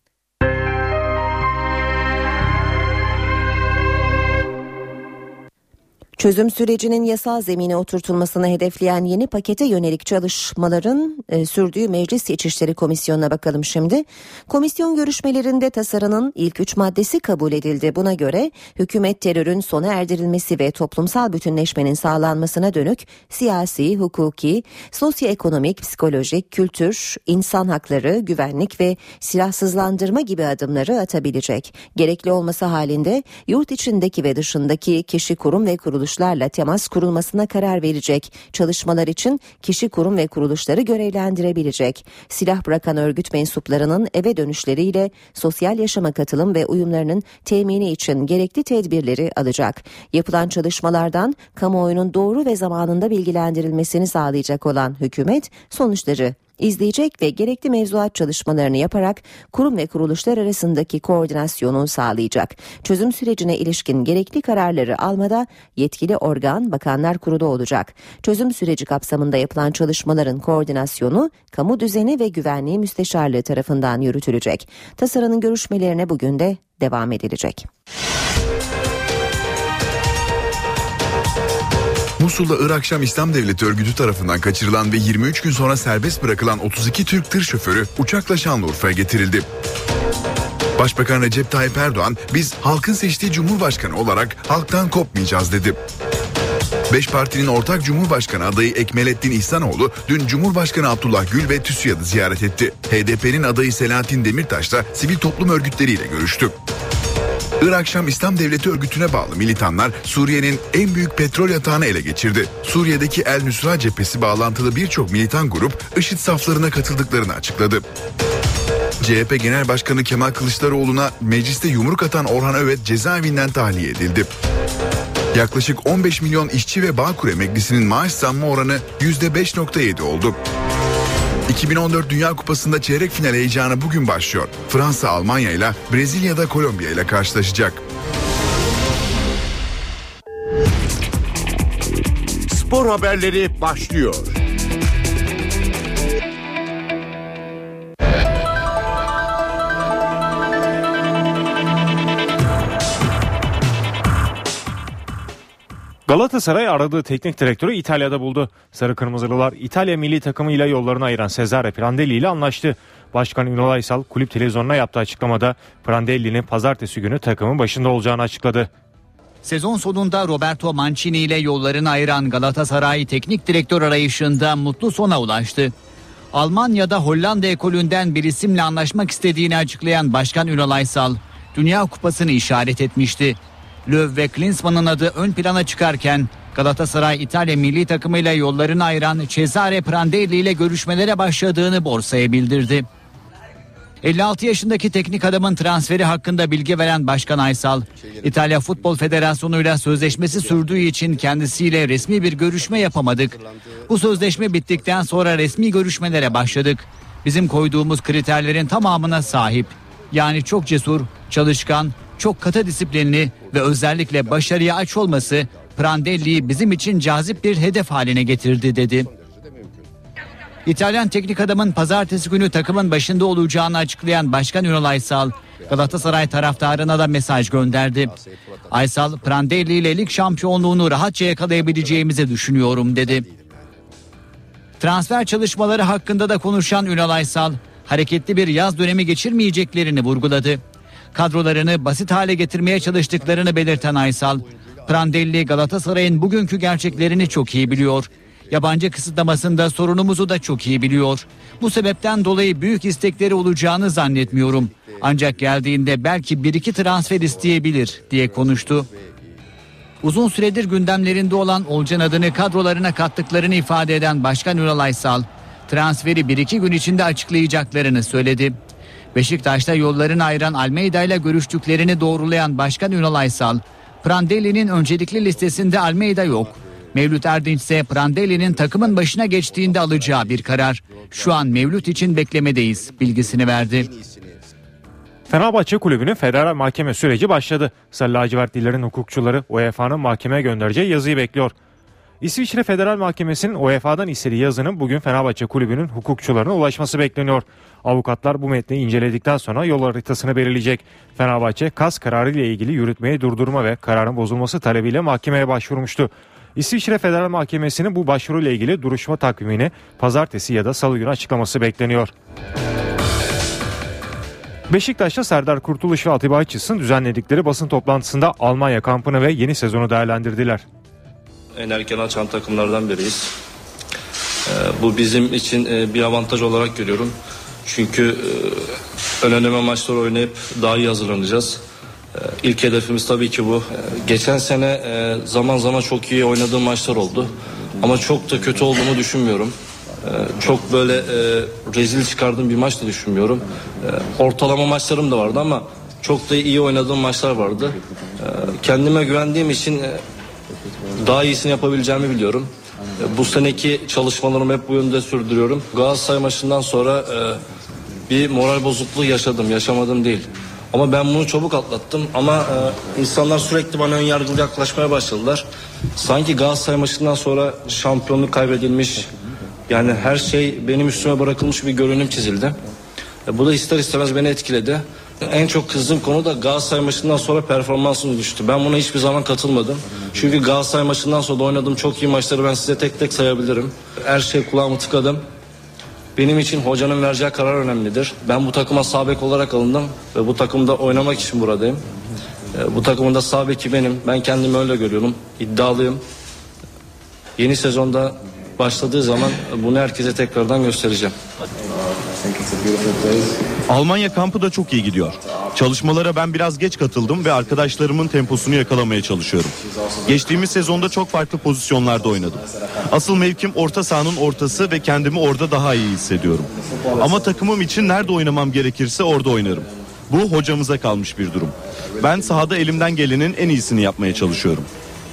Çözüm sürecinin yasal zemine oturtulmasını hedefleyen yeni pakete yönelik çalışmaların sürdüğü Meclis İçişleri Komisyonu'na bakalım şimdi. Komisyon görüşmelerinde tasarının ilk 3 maddesi kabul edildi. Buna göre hükümet terörün sona erdirilmesi ve toplumsal bütünleşmenin sağlanmasına dönük siyasi, hukuki, sosyoekonomik, psikolojik, kültür, insan hakları, güvenlik ve silahsızlandırma gibi adımları atabilecek. Gerekli olması halinde yurt içindeki ve dışındaki kişi, kurum ve kuruluşlarla temas kurulmasına karar verecek. Çalışmalar için kişi, kurum ve kuruluşları görevlendirebilecek. Silah bırakan örgüt mensuplarının eve dönüşleriyle sosyal yaşama katılım ve uyumlarının temini için gerekli tedbirleri alacak. Yapılan çalışmalardan kamuoyunun doğru ve zamanında bilgilendirilmesini sağlayacak olan hükümet sonuçları izleyecek ve gerekli mevzuat çalışmalarını yaparak kurum ve kuruluşlar arasındaki koordinasyonu sağlayacak. Çözüm sürecine ilişkin gerekli kararları almada yetkili organ Bakanlar Kurulu olacak. Çözüm süreci kapsamında yapılan çalışmaların koordinasyonu Kamu Düzeni ve Güvenliği Müsteşarlığı tarafından yürütülecek. Tasarının görüşmelerine bugün de devam edilecek. Musul'da Irak Şam İslam Devleti örgütü tarafından kaçırılan ve 23 gün sonra serbest bırakılan 32 Türk tır şoförü uçakla Şanlıurfa'ya getirildi. Başbakan Recep Tayyip Erdoğan, biz halkın seçtiği Cumhurbaşkanı olarak halktan kopmayacağız dedi. 5 partinin ortak Cumhurbaşkanı adayı Ekmelettin İhsanoğlu dün Cumhurbaşkanı Abdullah Gül ve TÜSİAD'ı ziyaret etti. HDP'nin adayı Selahattin Demirtaş da sivil toplum örgütleriyle görüştü. Irak Şam İslam Devleti örgütüne bağlı militanlar Suriye'nin en büyük petrol yatağını ele geçirdi. Suriye'deki El Nusra cephesi bağlantılı birçok militan grup IŞİD saflarına katıldıklarını açıkladı. CHP Genel Başkanı Kemal Kılıçdaroğlu'na mecliste yumruk atan Orhan Övet cezaevinden tahliye edildi. Yaklaşık 15 milyon işçi ve Bağkur emeklisinin maaş zammı oranı %5.7 oldu. 2014 Dünya Kupası'nda çeyrek final heyecanı bugün başlıyor. Fransa Almanya ile Brezilya'da Kolombiya ile karşılaşacak. Spor haberleri başlıyor. Galatasaray aradığı teknik direktörü İtalya'da buldu. Sarı Kırmızılılar İtalya milli takımıyla yollarını ayıran Cesare Prandelli ile anlaştı. Başkan Ünal Aysal kulüp televizyonuna yaptığı açıklamada Prandelli'nin pazartesi günü takımın başında olacağını açıkladı. Sezon sonunda Roberto Mancini ile yollarını ayıran Galatasaray teknik direktör arayışında mutlu sona ulaştı. Almanya'da Hollanda ekolünden bir isimle anlaşmak istediğini açıklayan Başkan Ünal Aysal, Dünya Kupası'nı işaret etmişti. Löw ve Klinsmann'ın adı ön plana çıkarken Galatasaray İtalya milli takımıyla yollarını ayıran Cesare Prandelli ile görüşmelere başladığını borsaya bildirdi. 56 yaşındaki teknik adamın transferi hakkında bilgi veren Başkan Aysal, İtalya Futbol Federasyonu'yla sözleşmesi sürdüğü için kendisiyle resmi bir görüşme yapamadık. Bu sözleşme bittikten sonra resmi görüşmelere başladık. Bizim koyduğumuz kriterlerin tamamına sahip. Yani çok cesur, çalışkan, çok katı disiplinli ve özellikle başarıya aç olması Prandelli'yi bizim için cazip bir hedef haline getirdi dedi. İtalyan teknik adamın pazartesi günü takımın başında olacağını açıklayan Başkan Ünal Aysal, Galatasaray taraftarına da mesaj gönderdi. Aysal, Prandelli ile lig şampiyonluğunu rahatça yakalayabileceğimizi düşünüyorum dedi. Transfer çalışmaları hakkında da konuşan Ünal Aysal, hareketli bir yaz dönemi geçirmeyeceklerini vurguladı. Kadrolarını basit hale getirmeye çalıştıklarını belirten Aysal, Prandelli Galatasaray'ın bugünkü gerçeklerini çok iyi biliyor. Yabancı kısıtlamasında sorunumuzu da çok iyi biliyor. Bu sebepten dolayı büyük istekleri olacağını zannetmiyorum. Ancak geldiğinde belki 1-2 transfer isteyebilir diye konuştu. Uzun süredir gündemlerinde olan Olcan adını kadrolarına kattıklarını ifade eden Başkan Ünal Aysal, transferi 1-2 gün içinde açıklayacaklarını söyledi. Beşiktaş'ta yollarını ayıran Almeida ile görüştüklerini doğrulayan Başkan Ünal Aysal, Prandelli'nin öncelikli listesinde Almeida yok. Mevlüt Erdinç ise Prandelli'nin takımın başına geçtiğinde alacağı bir karar. Şu an Mevlüt için beklemedeyiz bilgisini verdi. Fenerbahçe Kulübü'nün federal mahkeme süreci başladı. Sarı lacivertlilerin hukukçuları UEFA'nın mahkemeye göndereceği yazıyı bekliyor. İsviçre Federal Mahkemesi'nin UEFA'dan istediği yazının bugün Fenerbahçe Kulübü'nün hukukçularına ulaşması bekleniyor. Avukatlar bu metni inceledikten sonra yol haritasını belirleyecek. Fenerbahçe KAS kararı ile ilgili yürütmeyi durdurma ve kararın bozulması talebiyle mahkemeye başvurmuştu. İsviçre Federal Mahkemesi'nin bu başvuruyla ilgili duruşma takvimini pazartesi ya da salı günü açıklaması bekleniyor. Beşiktaş'ta Serdar Kurtuluş ve Atiba Hutchinson düzenledikleri basın toplantısında Almanya kampını ve yeni sezonu değerlendirdiler. En erken açan takımlardan biriyiz. Bu bizim için bir avantaj olarak görüyorum. Çünkü önemli maçlar oynayıp daha iyi hazırlanacağız. İlk hedefimiz tabii ki bu. Geçen sene zaman zaman çok iyi oynadığım maçlar oldu. Ama çok da kötü olduğumu düşünmüyorum. Çok böyle rezil çıkardığım bir maç da düşünmüyorum. Ortalama maçlarım da vardı ama çok da iyi oynadığım maçlar vardı. Kendime güvendiğim için daha iyisini yapabileceğimi biliyorum. Bu seneki çalışmalarımı hep bu yönde sürdürüyorum. Galatasaray maçından sonra bir moral bozukluğu yaşadım. Yaşamadım değil. Ama ben bunu çabuk atlattım. Ama insanlar sürekli bana önyargılı yaklaşmaya başladılar. Sanki Galatasaray maçından sonra şampiyonluk kaybedilmiş. Yani her şey benim üstüme bırakılmış bir görünüm çizildi. Bu da ister istemez beni etkiledi. En çok kızdığım konu da Galatasaray maçından sonra performansım düştü. Ben buna hiçbir zaman katılmadım. Çünkü Galatasaray maçından sonra da oynadığım çok iyi maçları ben size tek tek sayabilirim. Her şey kulağımı tıkadım. Benim için hocanın vereceği karar önemlidir. Ben bu takıma sağ bek olarak alındım ve bu takımda oynamak için buradayım. Bu takımın da sağ beki benim. Ben kendimi öyle görüyorum. İddialıyım. Yeni sezonda başladığı zaman bunu herkese tekrardan göstereceğim. Almanya kampı da çok iyi gidiyor. Çalışmalara ben biraz geç katıldım ve arkadaşlarımın temposunu yakalamaya çalışıyorum. Geçtiğimiz sezonda çok farklı pozisyonlarda oynadım. Asıl mevkim orta sahanın ortası ve kendimi orada daha iyi hissediyorum. Ama takımım için nerede oynamam gerekirse orada oynarım. Bu hocamıza kalmış bir durum. Ben sahada elimden gelenin en iyisini yapmaya çalışıyorum.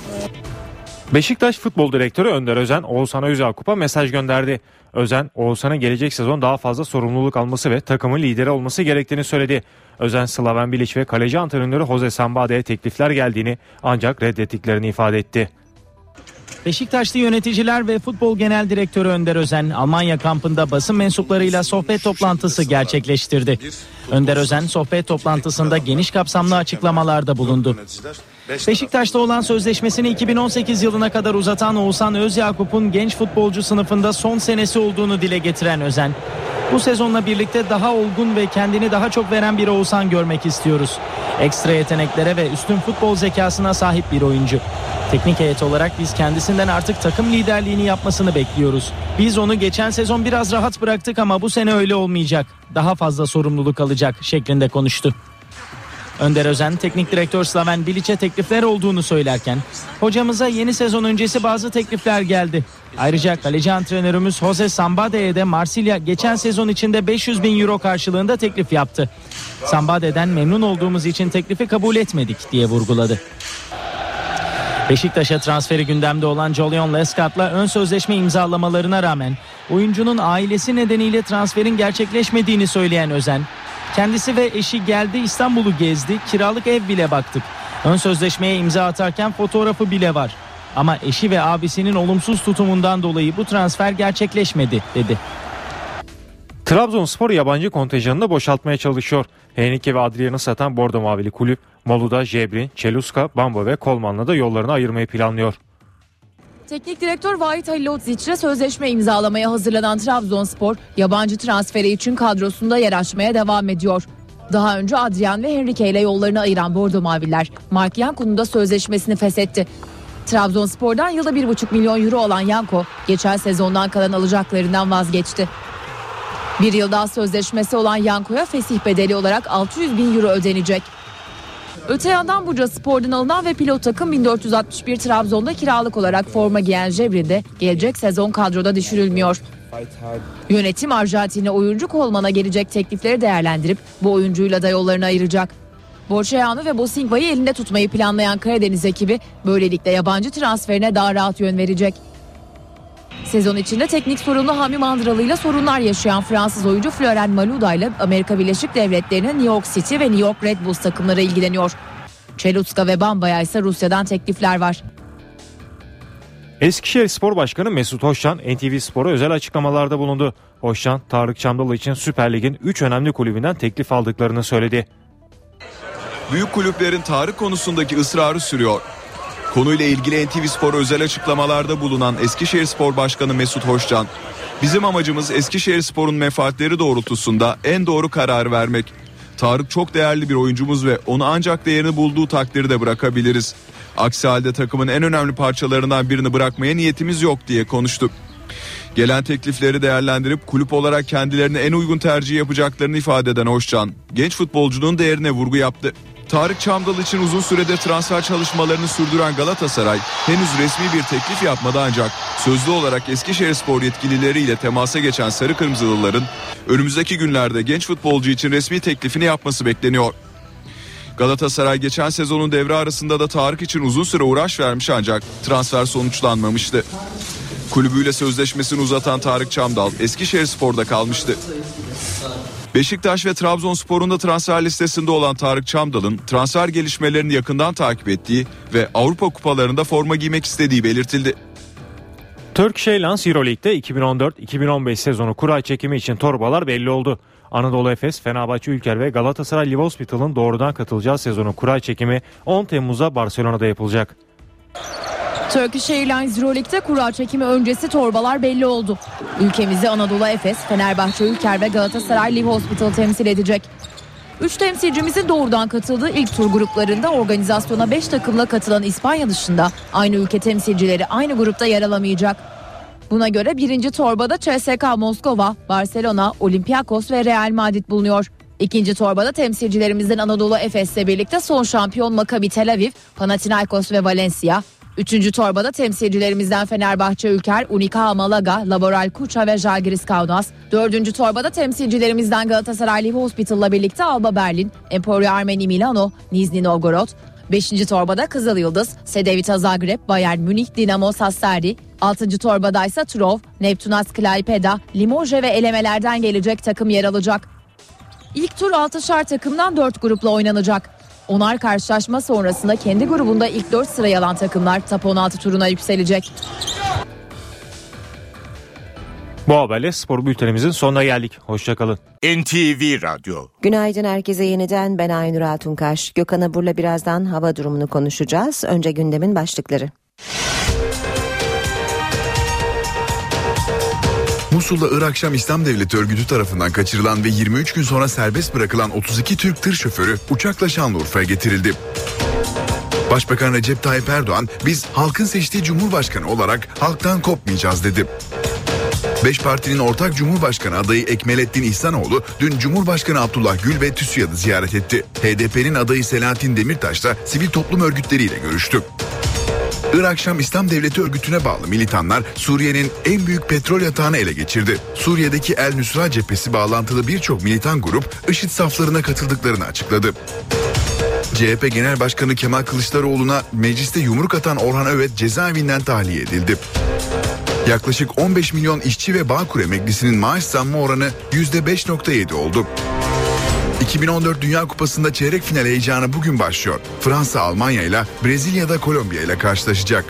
Beşiktaş Futbol Direktörü Önder Özen, Oğuzhan Özyakup'a mesaj gönderdi. Özen, Oğuzhan'ın gelecek sezon daha fazla sorumluluk alması ve takımın lideri olması gerektiğini söyledi. Özen, Slaven Bilic ve kaleci antrenörü Jose Sambade'ye teklifler geldiğini ancak reddettiklerini ifade etti. Beşiktaşlı yöneticiler ve Futbol Genel Direktörü Önder Özen, Almanya kampında basın mensuplarıyla sohbet toplantısı gerçekleştirdi. Önder Özen, sohbet toplantısında geniş kapsamlı açıklamalarda bulundu. Beşiktaş'ta olan sözleşmesini 2018 yılına kadar uzatan Oğuzhan Özyakup'un genç futbolcu sınıfında son senesi olduğunu dile getiren Özen, bu sezonla birlikte daha olgun ve kendini daha çok veren bir Oğuzhan görmek istiyoruz. Ekstra yeteneklere ve üstün futbol zekasına sahip bir oyuncu. Teknik heyet olarak biz kendisinden artık takım liderliğini yapmasını bekliyoruz. Biz onu geçen sezon biraz rahat bıraktık ama bu sene öyle olmayacak. Daha fazla sorumluluk alacak şeklinde konuştu. Önder Özen, teknik direktör Slaven Bilic'e teklifler olduğunu söylerken, hocamıza yeni sezon öncesi bazı teklifler geldi. Ayrıca kaleci antrenörümüz Jose Sambade'ye de Marsilya geçen sezon içinde 500 bin euro karşılığında teklif yaptı. Sambade'den memnun olduğumuz için teklifi kabul etmedik diye vurguladı. Beşiktaş'a transferi gündemde olan Jolion Lescat'la ön sözleşme imzalamalarına rağmen oyuncunun ailesi nedeniyle transferin gerçekleşmediğini söyleyen Özen, kendisi ve eşi geldi, İstanbul'u gezdi, kiralık ev bile baktık. Ön sözleşmeye imza atarken fotoğrafı bile var. Ama eşi ve abisinin olumsuz tutumundan dolayı bu transfer gerçekleşmedi dedi. Trabzonspor yabancı kontenjanını boşaltmaya çalışıyor. Henrique ve Adrian'ı satan Bordo Mavili kulüp, Maluda, Jebrin, Çeluska, Bamba ve Kolman'la da yollarını ayırmayı planlıyor. Teknik direktör Vahit Halilotziç'le sözleşme imzalamaya hazırlanan Trabzonspor, yabancı transferi için kadrosunda yer açmaya devam ediyor. Daha önce Adrian ve Henrique ile yollarını ayıran Bordo Maviller, Mark Yanko'nun da sözleşmesini feshetti. Trabzonspor'dan yılda 1,5 milyon euro olan Yanko, geçen sezondan kalan alacaklarından vazgeçti. Bir yıl daha sözleşmesi olan Yanko'ya fesih bedeli olarak 600 bin euro ödenecek. Öte yandan Bursaspor'dan alınan ve pilot takım 1461 Trabzon'da kiralık olarak forma giyen Jebrin de gelecek sezon kadroda düşürülmüyor. Yönetim Arjantinli oyuncu Kolman'a gelecek teklifleri değerlendirip bu oyuncuyla da yollarını ayıracak. Borçayanu ve Bosingva'yı elinde tutmayı planlayan Karadeniz ekibi böylelikle yabancı transferine daha rahat yön verecek. Sezon içinde teknik sorumlu Hami Mandıralı ile sorunlar yaşayan Fransız oyuncu Florent Malouda ile Amerika Birleşik Devletleri'nin New York City ve New York Red Bulls takımları ilgileniyor. Çeluska ve Bamba'ya ise Rusya'dan teklifler var. Eskişehir Spor Başkanı Mesut Hoşcan NTV Spor'a özel açıklamalarda bulundu. Hoşcan, Tarık Çamdalı için Süper Lig'in 3 önemli kulübünden teklif aldıklarını söyledi. Büyük kulüplerin Tarık konusundaki ısrarı sürüyor. Konuyla ilgili NTV Spor'a özel açıklamalarda bulunan Eskişehir Spor Başkanı Mesut Hoşcan, "Bizim amacımız Eskişehir Spor'un menfaatleri doğrultusunda en doğru kararı vermek. Tarık çok değerli bir oyuncumuz ve onu ancak değerini bulduğu takdirde bırakabiliriz. Aksi halde takımın en önemli parçalarından birini bırakmaya niyetimiz yok" diye konuştu. Gelen teklifleri değerlendirip kulüp olarak kendilerine en uygun tercihi yapacaklarını ifade eden Hoşcan, genç futbolcunun değerine vurgu yaptı. Tarık Çamdal için uzun süredir transfer çalışmalarını sürdüren Galatasaray henüz resmi bir teklif yapmadı, ancak sözlü olarak Eskişehirspor yetkilileriyle temasa geçen Sarı Kırmızılıların önümüzdeki günlerde genç futbolcu için resmi teklifini yapması bekleniyor. Galatasaray geçen sezonun devre arasında da Tarık için uzun süre uğraş vermiş, ancak transfer sonuçlanmamıştı. Kulübüyle sözleşmesini uzatan Tarık Çamdal Eskişehirspor'da kalmıştı. Beşiktaş ve Trabzonspor'un da transfer listesinde olan Tarık Çamdal'ın transfer gelişmelerini yakından takip ettiği ve Avrupa kupalarında forma giymek istediği belirtildi. Turkish Airlines Euroleague'de 2014-2015 sezonu kura çekimi için torbalar belli oldu. Anadolu Efes, Fenerbahçe Ülker ve Galatasaray Live Hospital'ın doğrudan katılacağı sezonun kura çekimi 10 Temmuz'da Barcelona'da yapılacak. Turkish Airlines Euroleague'de kura çekimi öncesi torbalar belli oldu. Ülkemizi Anadolu Efes, Fenerbahçe Ülker ve Galatasaray Live Hospital temsil edecek. 3 temsilcimizin doğrudan katıldığı ilk tur gruplarında organizasyona 5 takımla katılan İspanya dışında aynı ülke temsilcileri aynı grupta yer alamayacak. Buna göre birinci torbada CSKA Moskova, Barcelona, Olympiakos ve Real Madrid bulunuyor. İkinci torbada temsilcilerimizden Anadolu Efes'le birlikte son şampiyon Maccabi Tel Aviv, Panathinaikos ve Valencia. Üçüncü torbada temsilcilerimizden Fenerbahçe Ülker, Unicaja Malaga, Laboral Kucha ve Žalgiris Kaunas. Dördüncü torbada temsilcilerimizden Galatasaray Live Hospital'la birlikte Alba Berlin, Emporio Armeni Milano, Nizhny Novgorod. Beşinci torbada Kızıl Yıldız, Cedevita Zagreb, Bayern Münih, Dinamo Sassari. Altıncı torbada ise Trov, Neptunas Klaipeda, Limoges ve elemelerden gelecek takım yer alacak. İlk tur 6'şar takımdan 4 grupla oynanacak. 10'ar karşılaşma sonrasında kendi grubunda ilk 4 sırayı alan takımlar Top 16 turuna yükselecek. Bu haberle spor bültenimizin sonuna geldik. Hoşçakalın. NTV Radyo. Günaydın herkese yeniden, ben Aynur Altunkaş. Gökhan Abur'la birazdan hava durumunu konuşacağız. Önce gündemin başlıkları. Musul'da Irak Şam İslam Devleti örgütü tarafından kaçırılan ve 23 gün sonra serbest bırakılan 32 Türk tır şoförü uçakla Şanlıurfa'ya getirildi. Başbakan Recep Tayyip Erdoğan, biz halkın seçtiği Cumhurbaşkanı olarak halktan kopmayacağız dedi. 5 partinin ortak Cumhurbaşkanı adayı Ekmelettin İhsanoğlu dün Cumhurbaşkanı Abdullah Gül ve TÜSİAD'ı ziyaret etti. HDP'nin adayı Selahattin Demirtaş da sivil toplum örgütleriyle görüştü. Irak Şam İslam Devleti örgütüne bağlı militanlar Suriye'nin en büyük petrol yatağını ele geçirdi. Suriye'deki El Nusra cephesi bağlantılı birçok militan grup IŞİD saflarına katıldıklarını açıkladı. CHP Genel Başkanı Kemal Kılıçdaroğlu'na mecliste yumruk atan Orhan Övet cezaevinden tahliye edildi. Yaklaşık 15 milyon işçi ve Bağkur emeklisinin maaş zammı oranı %5.7 oldu. 2014 Dünya Kupası'nda çeyrek final heyecanı bugün başlıyor. Fransa Almanya ile, Brezilya'da Kolombiya ile karşılaşacak.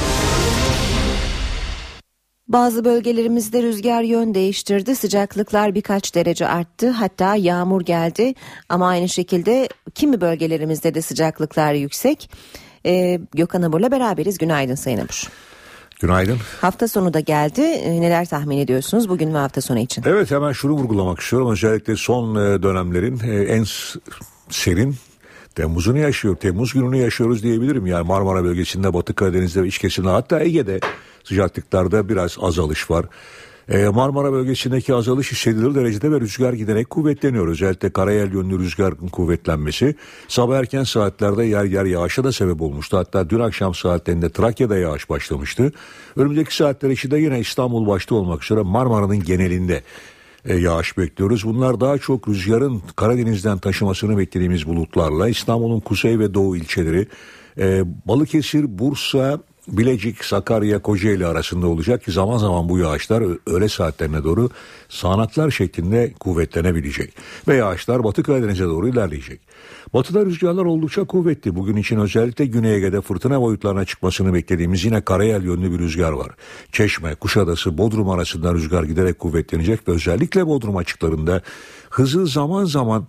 Bazı bölgelerimizde rüzgar yön değiştirdi. Sıcaklıklar birkaç derece arttı. Hatta yağmur geldi. Ama aynı şekilde kimi bölgelerimizde de sıcaklıklar yüksek. Gökhan Abur'la beraberiz. Günaydın Sayın Abur. Günaydın. Hafta sonu da geldi. Neler tahmin ediyorsunuz bugün ve hafta sonu için? Evet, hemen şunu vurgulamak istiyorum. Özellikle son dönemlerin en serin Temmuz'unu yaşıyor. Temmuz gününü yaşıyoruz diyebilirim. Yani Marmara bölgesinde, Batı Karadeniz'de ve iç kesimde, hatta Ege'de sıcaklıklarda biraz azalış var. Marmara bölgesindeki azalış hissedilir derecede ve rüzgar giderek kuvvetleniyor. Özellikle karayel yönlü rüzgarın kuvvetlenmesi sabah erken saatlerde yer yer yağışa da sebep olmuştu. Hatta dün akşam saatlerinde Trakya'da yağış başlamıştı. Önümüzdeki saatler içinde yine İstanbul başta olmak üzere Marmara'nın genelinde yağış bekliyoruz. Bunlar daha çok rüzgarın Karadeniz'den taşımasını beklediğimiz bulutlarla İstanbul'un kuzey ve doğu ilçeleri, Balıkesir, Bursa, Bilecik, Sakarya, Kocaeli arasında olacak ki zaman zaman bu yağışlar öğle saatlerine doğru sağanaklar şeklinde kuvvetlenebilecek. Ve yağışlar Batı Karadeniz'e doğru ilerleyecek. Batıda rüzgarlar oldukça kuvvetli. Bugün için özellikle Güney Ege'de fırtına boyutlarına çıkmasını beklediğimiz yine karayel yönlü bir rüzgar var. Çeşme, Kuşadası, Bodrum arasında rüzgar giderek kuvvetlenecek ve özellikle Bodrum açıklarında hızı zaman zaman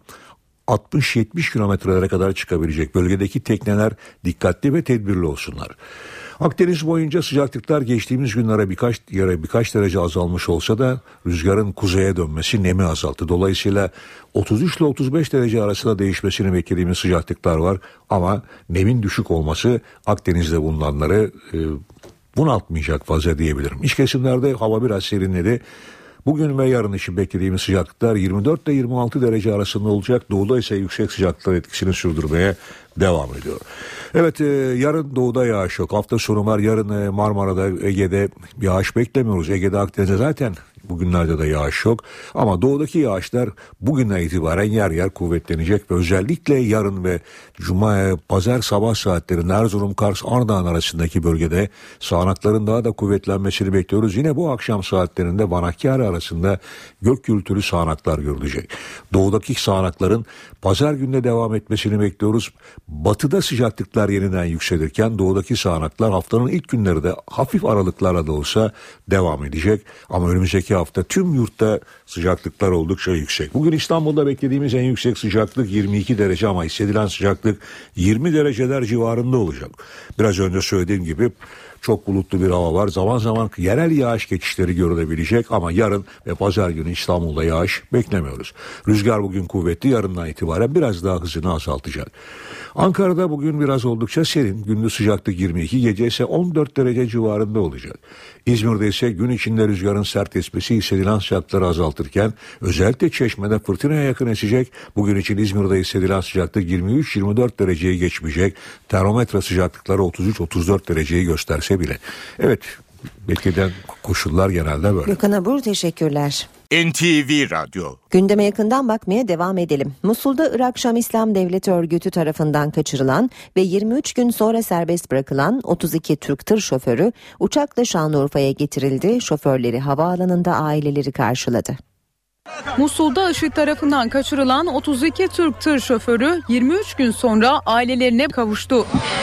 60-70 kilometrelere kadar çıkabilecek. Bölgedeki tekneler dikkatli ve tedbirli olsunlar. Akdeniz boyunca sıcaklıklar geçtiğimiz günlere birkaç derece azalmış olsa da rüzgarın kuzeye dönmesi nemi azalttı. Dolayısıyla 33 ile 35 derece arasında değişmesini beklediğimiz sıcaklıklar var. Ama nemin düşük olması Akdeniz'de bulunanları bunaltmayacak fazla diyebilirim. İç kesimlerde hava biraz serinledi. Bugün ve yarın için beklediğimiz sıcaklıklar 24 ile 26 derece arasında olacak. Doğuda ise yüksek sıcaklıklar etkisini sürdürmeye devam ediyor. Evet, yarın doğuda yağış yok. Hafta sonu var. Yarın Marmara'da, Ege'de yağış beklemiyoruz. Ege'de, Akdeniz'de zaten bugünlerde de yağış yok. Ama doğudaki yağışlar bugünden itibaren yer yer kuvvetlenecek ve özellikle yarın ve pazar sabah saatlerinde Erzurum, Kars, Ardahan arasındaki bölgede sağanakların daha da kuvvetlenmesini bekliyoruz. Yine bu akşam saatlerinde Van Hakkari arasında gök gürültülü sağanaklar görülecek. Doğudaki sağanakların pazar günde devam etmesini bekliyoruz. Batıda sıcaklıklar yeniden yükselirken doğudaki sağanaklar haftanın ilk günleri de hafif aralıklarla da olsa devam edecek. Ama önümüzdeki önümüzdeki hafta tüm yurtta sıcaklıklar oldukça yüksek. Bugün İstanbul'da beklediğimiz en yüksek sıcaklık 22 derece ama hissedilen sıcaklık 20 dereceler civarında olacak. Biraz önce söylediğim gibi çok bulutlu bir hava var. Zaman zaman yerel yağış geçişleri görülebilecek ama yarın ve pazar günü İstanbul'da yağış beklemiyoruz. Rüzgar bugün kuvvetli, yarından itibaren biraz daha hızını azaltacak. Ankara'da bugün biraz oldukça serin. Gündüz sıcaklık 22, gece ise 14 derece civarında olacak. İzmir'de ise gün içinde rüzgarın sert esmesi hissedilen sıcaklıkları azaltırken özellikle Çeşme'de fırtınaya yakın esecek. Bugün için İzmir'de hissedilen sıcaklık 23-24 dereceyi geçmeyecek. Termometre sıcaklıkları 33-34 dereceyi gösterse bile. Evet, beklenen koşullar genelde böyle. Gökhan Abur, teşekkürler. NTV Radyo. Gündeme yakından bakmaya devam edelim. Musul'da Irak Şam İslam Devleti örgütü tarafından kaçırılan ve 23 gün sonra serbest bırakılan 32 Türk tır şoförü uçakla Şanlıurfa'ya getirildi. Şoförleri havaalanında aileleri karşıladı. Musul'da IŞİD tarafından kaçırılan 32 Türk tır şoförü 23 gün sonra ailelerine kavuştu.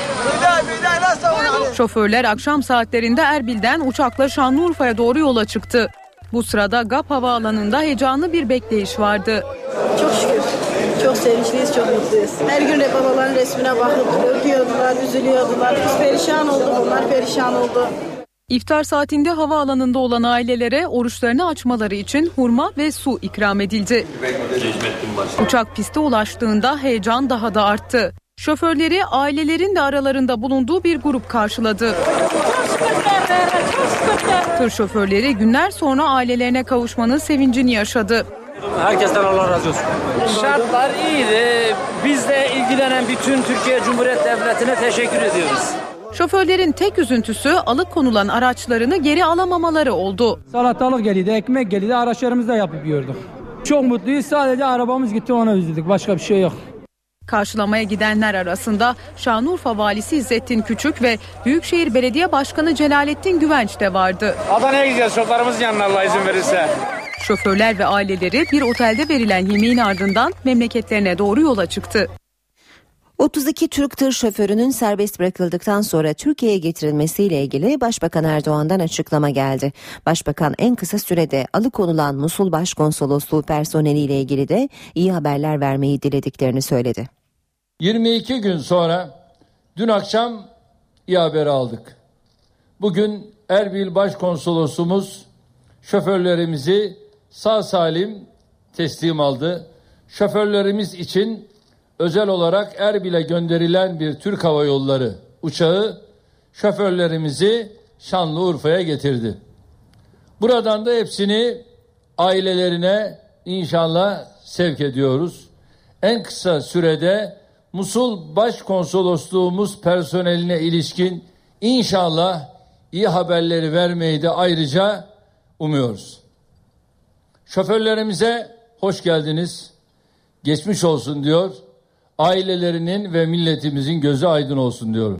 Şoförler akşam saatlerinde Erbil'den uçakla Şanlıurfa'ya doğru yola çıktı. Bu sırada GAP havaalanında heyecanlı bir bekleyiş vardı. Çok şükür. Çok sevinçliyiz, çok mutluyuz. Her gün babaların resmine bakıp öpüyordular, üzülüyordular. Biz perişan olduk, onlar perişan oldu. İftar saatinde havaalanında olan ailelere oruçlarını açmaları için hurma ve su ikram edildi. Uçak piste ulaştığında heyecan daha da arttı. Şoförleri ailelerin de aralarında bulunduğu bir grup karşıladı. Tır şoförleri günler sonra ailelerine kavuşmanın sevincini yaşadı. Herkesten Allah razı olsun. Şartlar iyiydi. Bizle ilgilenen bütün Türkiye Cumhuriyet Devleti'ne teşekkür ediyoruz. Şoförlerin tek üzüntüsü alıkonulan araçlarını geri alamamaları oldu. Salatalık geliydi, ekmek geliydi, araçlarımızı da yapıp yiyorduk. Çok mutluyuz, sadece arabamız gitti, ona üzüldük, başka bir şey yok. Karşılamaya gidenler arasında Şanlıurfa Valisi İzzettin Küçük ve Büyükşehir Belediye Başkanı Celalettin Güvenç de vardı. Adana'ya gideceğiz, şoförlerimizin yanına Allah izin verirse. Şoförler ve aileleri bir otelde verilen yemeğin ardından memleketlerine doğru yola çıktı. 32 Türk tır şoförünün serbest bırakıldıktan sonra Türkiye'ye getirilmesiyle ilgili Başbakan Erdoğan'dan açıklama geldi. Başbakan en kısa sürede alıkonulan Musul Başkonsolosluğu personeliyle ilgili de iyi haberler vermeyi dilediklerini söyledi. 22 gün sonra dün akşam iyi haberi aldık. Bugün Erbil Başkonsolosumuz şoförlerimizi sağ salim teslim aldı. Şoförlerimiz için özel olarak Erbil'e gönderilen bir Türk Hava Yolları uçağı şoförlerimizi Şanlıurfa'ya getirdi. Buradan da hepsini ailelerine inşallah sevk ediyoruz. En kısa sürede Musul Başkonsolosluğumuz personeline ilişkin inşallah iyi haberleri vermeyi de ayrıca umuyoruz. Şoförlerimize hoş geldiniz, geçmiş olsun diyor. Ailelerinin ve milletimizin gözü aydın olsun diyorum.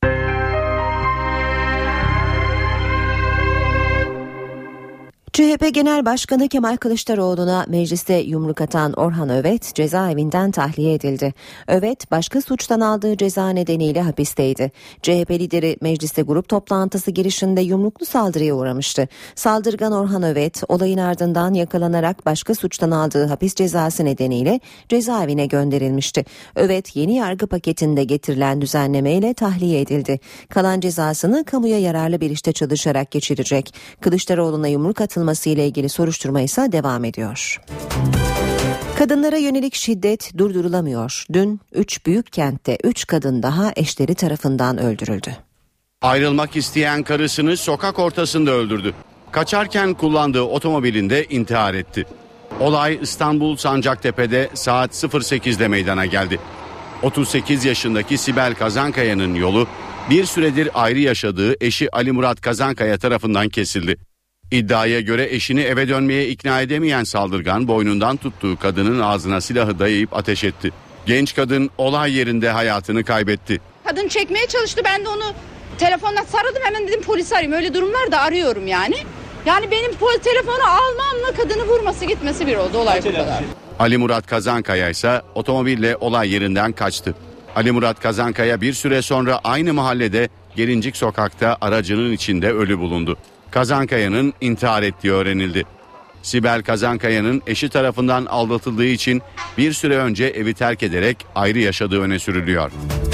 CHP Genel Başkanı Kemal Kılıçdaroğlu'na mecliste yumruk atan Orhan Övet cezaevinden tahliye edildi. Övet başka suçtan aldığı ceza nedeniyle hapisteydi. CHP lideri mecliste grup toplantısı girişinde yumruklu saldırıya uğramıştı. Saldırgan Orhan Övet olayın ardından yakalanarak başka suçtan aldığı hapis cezası nedeniyle cezaevine gönderilmişti. Övet yeni yargı paketinde getirilen düzenlemeyle tahliye edildi. Kalan cezasını kamuya yararlı bir işte çalışarak geçirecek. Kılıçdaroğlu'na yumruk atılması ile ilgili soruşturma ise devam ediyor. Kadınlara yönelik şiddet durdurulamıyor. Dün 3 büyük kentte 3 kadın daha eşleri tarafından öldürüldü. Ayrılmak isteyen karısını sokak ortasında öldürdü. Kaçarken kullandığı otomobilinde intihar etti. Olay İstanbul Sancaktepe'de saat 08'de meydana geldi. 38 yaşındaki Sibel Kazankaya'nın yolu bir süredir ayrı yaşadığı eşi Ali Murat Kazankaya tarafından kesildi. İddiaya göre eşini eve dönmeye ikna edemeyen saldırgan boynundan tuttuğu kadının ağzına silahı dayayıp ateş etti. Genç kadın olay yerinde hayatını kaybetti. Kadın çekmeye çalıştı, ben de onu telefonla sarıldım, hemen dedim polisi arayayım. Öyle durumlarda arıyorum yani. Yani benim telefonu almamla kadını vurması gitmesi bir oldu, olay bu kadar. Ali Murat Kazankaya ise otomobille olay yerinden kaçtı. Ali Murat Kazankaya bir süre sonra aynı mahallede Gelincik sokakta aracının içinde ölü bulundu. Kazankaya'nın intihar ettiği öğrenildi. Sibel Kazankaya'nın eşi tarafından aldatıldığı için bir süre önce evi terk ederek ayrı yaşadığı öne sürülüyor.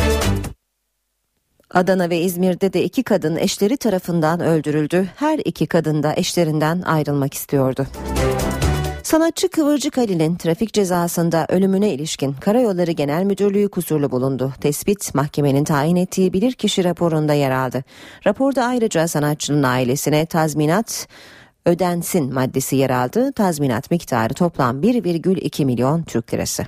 Adana ve İzmir'de de 2 kadın eşleri tarafından öldürüldü. Her 2 kadın da eşlerinden ayrılmak istiyordu. Sanatçı Kıvırcık Halil'in trafik cezasında ölümüne ilişkin Karayolları Genel Müdürlüğü kusurlu bulundu. Tespit mahkemenin tayin ettiği bilirkişi raporunda yer aldı. Raporda ayrıca sanatçının ailesine tazminat ödensin maddesi yer aldı. Tazminat miktarı toplam 1,2 milyon Türk lirası.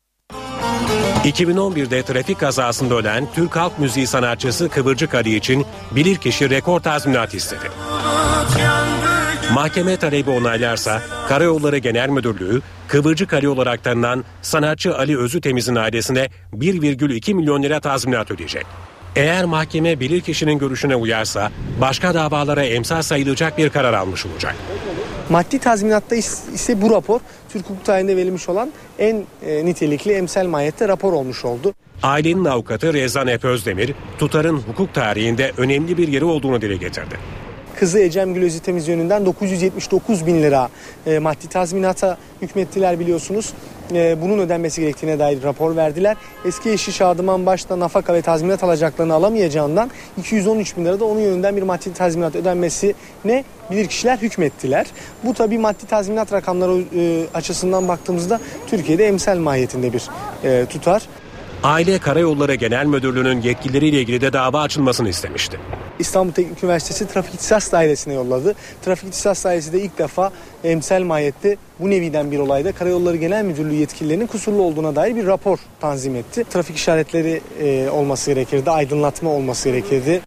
2011'de trafik kazasında ölen Türk halk müziği sanatçısı Kıvırcık Ali için bilirkişi rekor tazminat istedi. Mahkeme talebi onaylarsa Karayolları Genel Müdürlüğü Kıvırcık Ali olarak tanınan sanatçı Ali Özütemiz'in ailesine 1,2 milyon lira tazminat ödeyecek. Eğer mahkeme bilirkişinin görüşüne uyarsa başka davalara emsal sayılacak bir karar almış olacak. Maddi tazminatta ise bu rapor Türk hukuk tarihinde verilmiş olan en nitelikli emsal mahiyette rapor olmuş oldu. Ailenin avukatı Rezan Efe Özdemir, tutarın hukuk tarihinde önemli bir yeri olduğunu dile getirdi. Kızı Ecem Gül Özütemiz yönünden 979 bin lira maddi tazminata hükmettiler biliyorsunuz. Bunun ödenmesi gerektiğine dair rapor verdiler. Eski eşi Şadıman Baş'ta nafaka ve tazminat alacaklarını alamayacağından 213 bin lira da onun yönünden bir maddi tazminat ödenmesine bilirkişiler hükmettiler. Bu tabii maddi tazminat rakamları açısından baktığımızda Türkiye'de emsal mahiyetinde bir tutar. Aile Karayolları Genel Müdürlüğü'nün yetkilileriyle ilgili de dava açılmasını istemişti. İstanbul Teknik Üniversitesi Trafik İhtisas Dairesi'ne yolladı. Trafik İhtisas Dairesi de ilk defa emsal mahiyette bu neviden bir olayda Karayolları Genel Müdürlüğü yetkililerinin kusurlu olduğuna dair bir rapor tanzim etti. Trafik işaretleri olması gerekirdi, aydınlatma olması gerekirdi.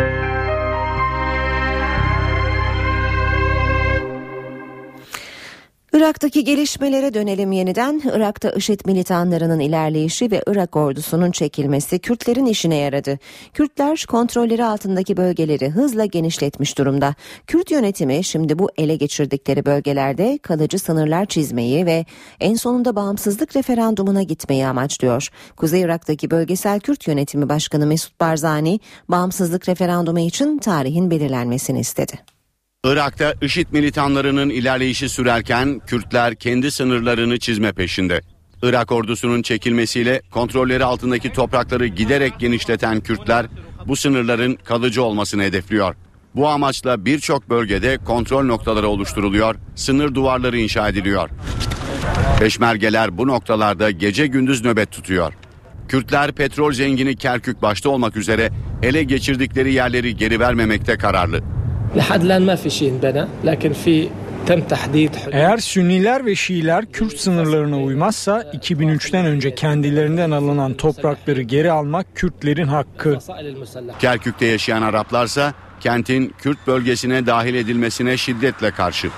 Irak'taki gelişmelere dönelim yeniden. Irak'ta IŞİD militanlarının ilerleyişi ve Irak ordusunun çekilmesi Kürtlerin işine yaradı. Kürtler kontrolleri altındaki bölgeleri hızla genişletmiş durumda. Kürt yönetimi şimdi bu ele geçirdikleri bölgelerde kalıcı sınırlar çizmeyi ve en sonunda bağımsızlık referandumuna gitmeyi amaçlıyor. Kuzey Irak'taki Bölgesel Kürt Yönetimi Başkanı Mesut Barzani, bağımsızlık referandumu için tarihin belirlenmesini istedi. Irak'ta IŞİD militanlarının ilerleyişi sürerken Kürtler kendi sınırlarını çizme peşinde. Irak ordusunun çekilmesiyle kontrolleri altındaki toprakları giderek genişleten Kürtler bu sınırların kalıcı olmasını hedefliyor. Bu amaçla birçok bölgede kontrol noktaları oluşturuluyor, sınır duvarları inşa ediliyor. Peşmergeler bu noktalarda gece gündüz nöbet tutuyor. Kürtler petrol zengini Kerkük başta olmak üzere ele geçirdikleri yerleri geri vermemekte kararlı. Eğer Sünniler ve Şiiler Kürt sınırlarına uymazsa 2003'ten önce kendilerinden alınan toprakları geri almak Kürtlerin hakkı. Kerkük'te yaşayan Araplarsa kentin Kürt bölgesine dahil edilmesine şiddetle karşı.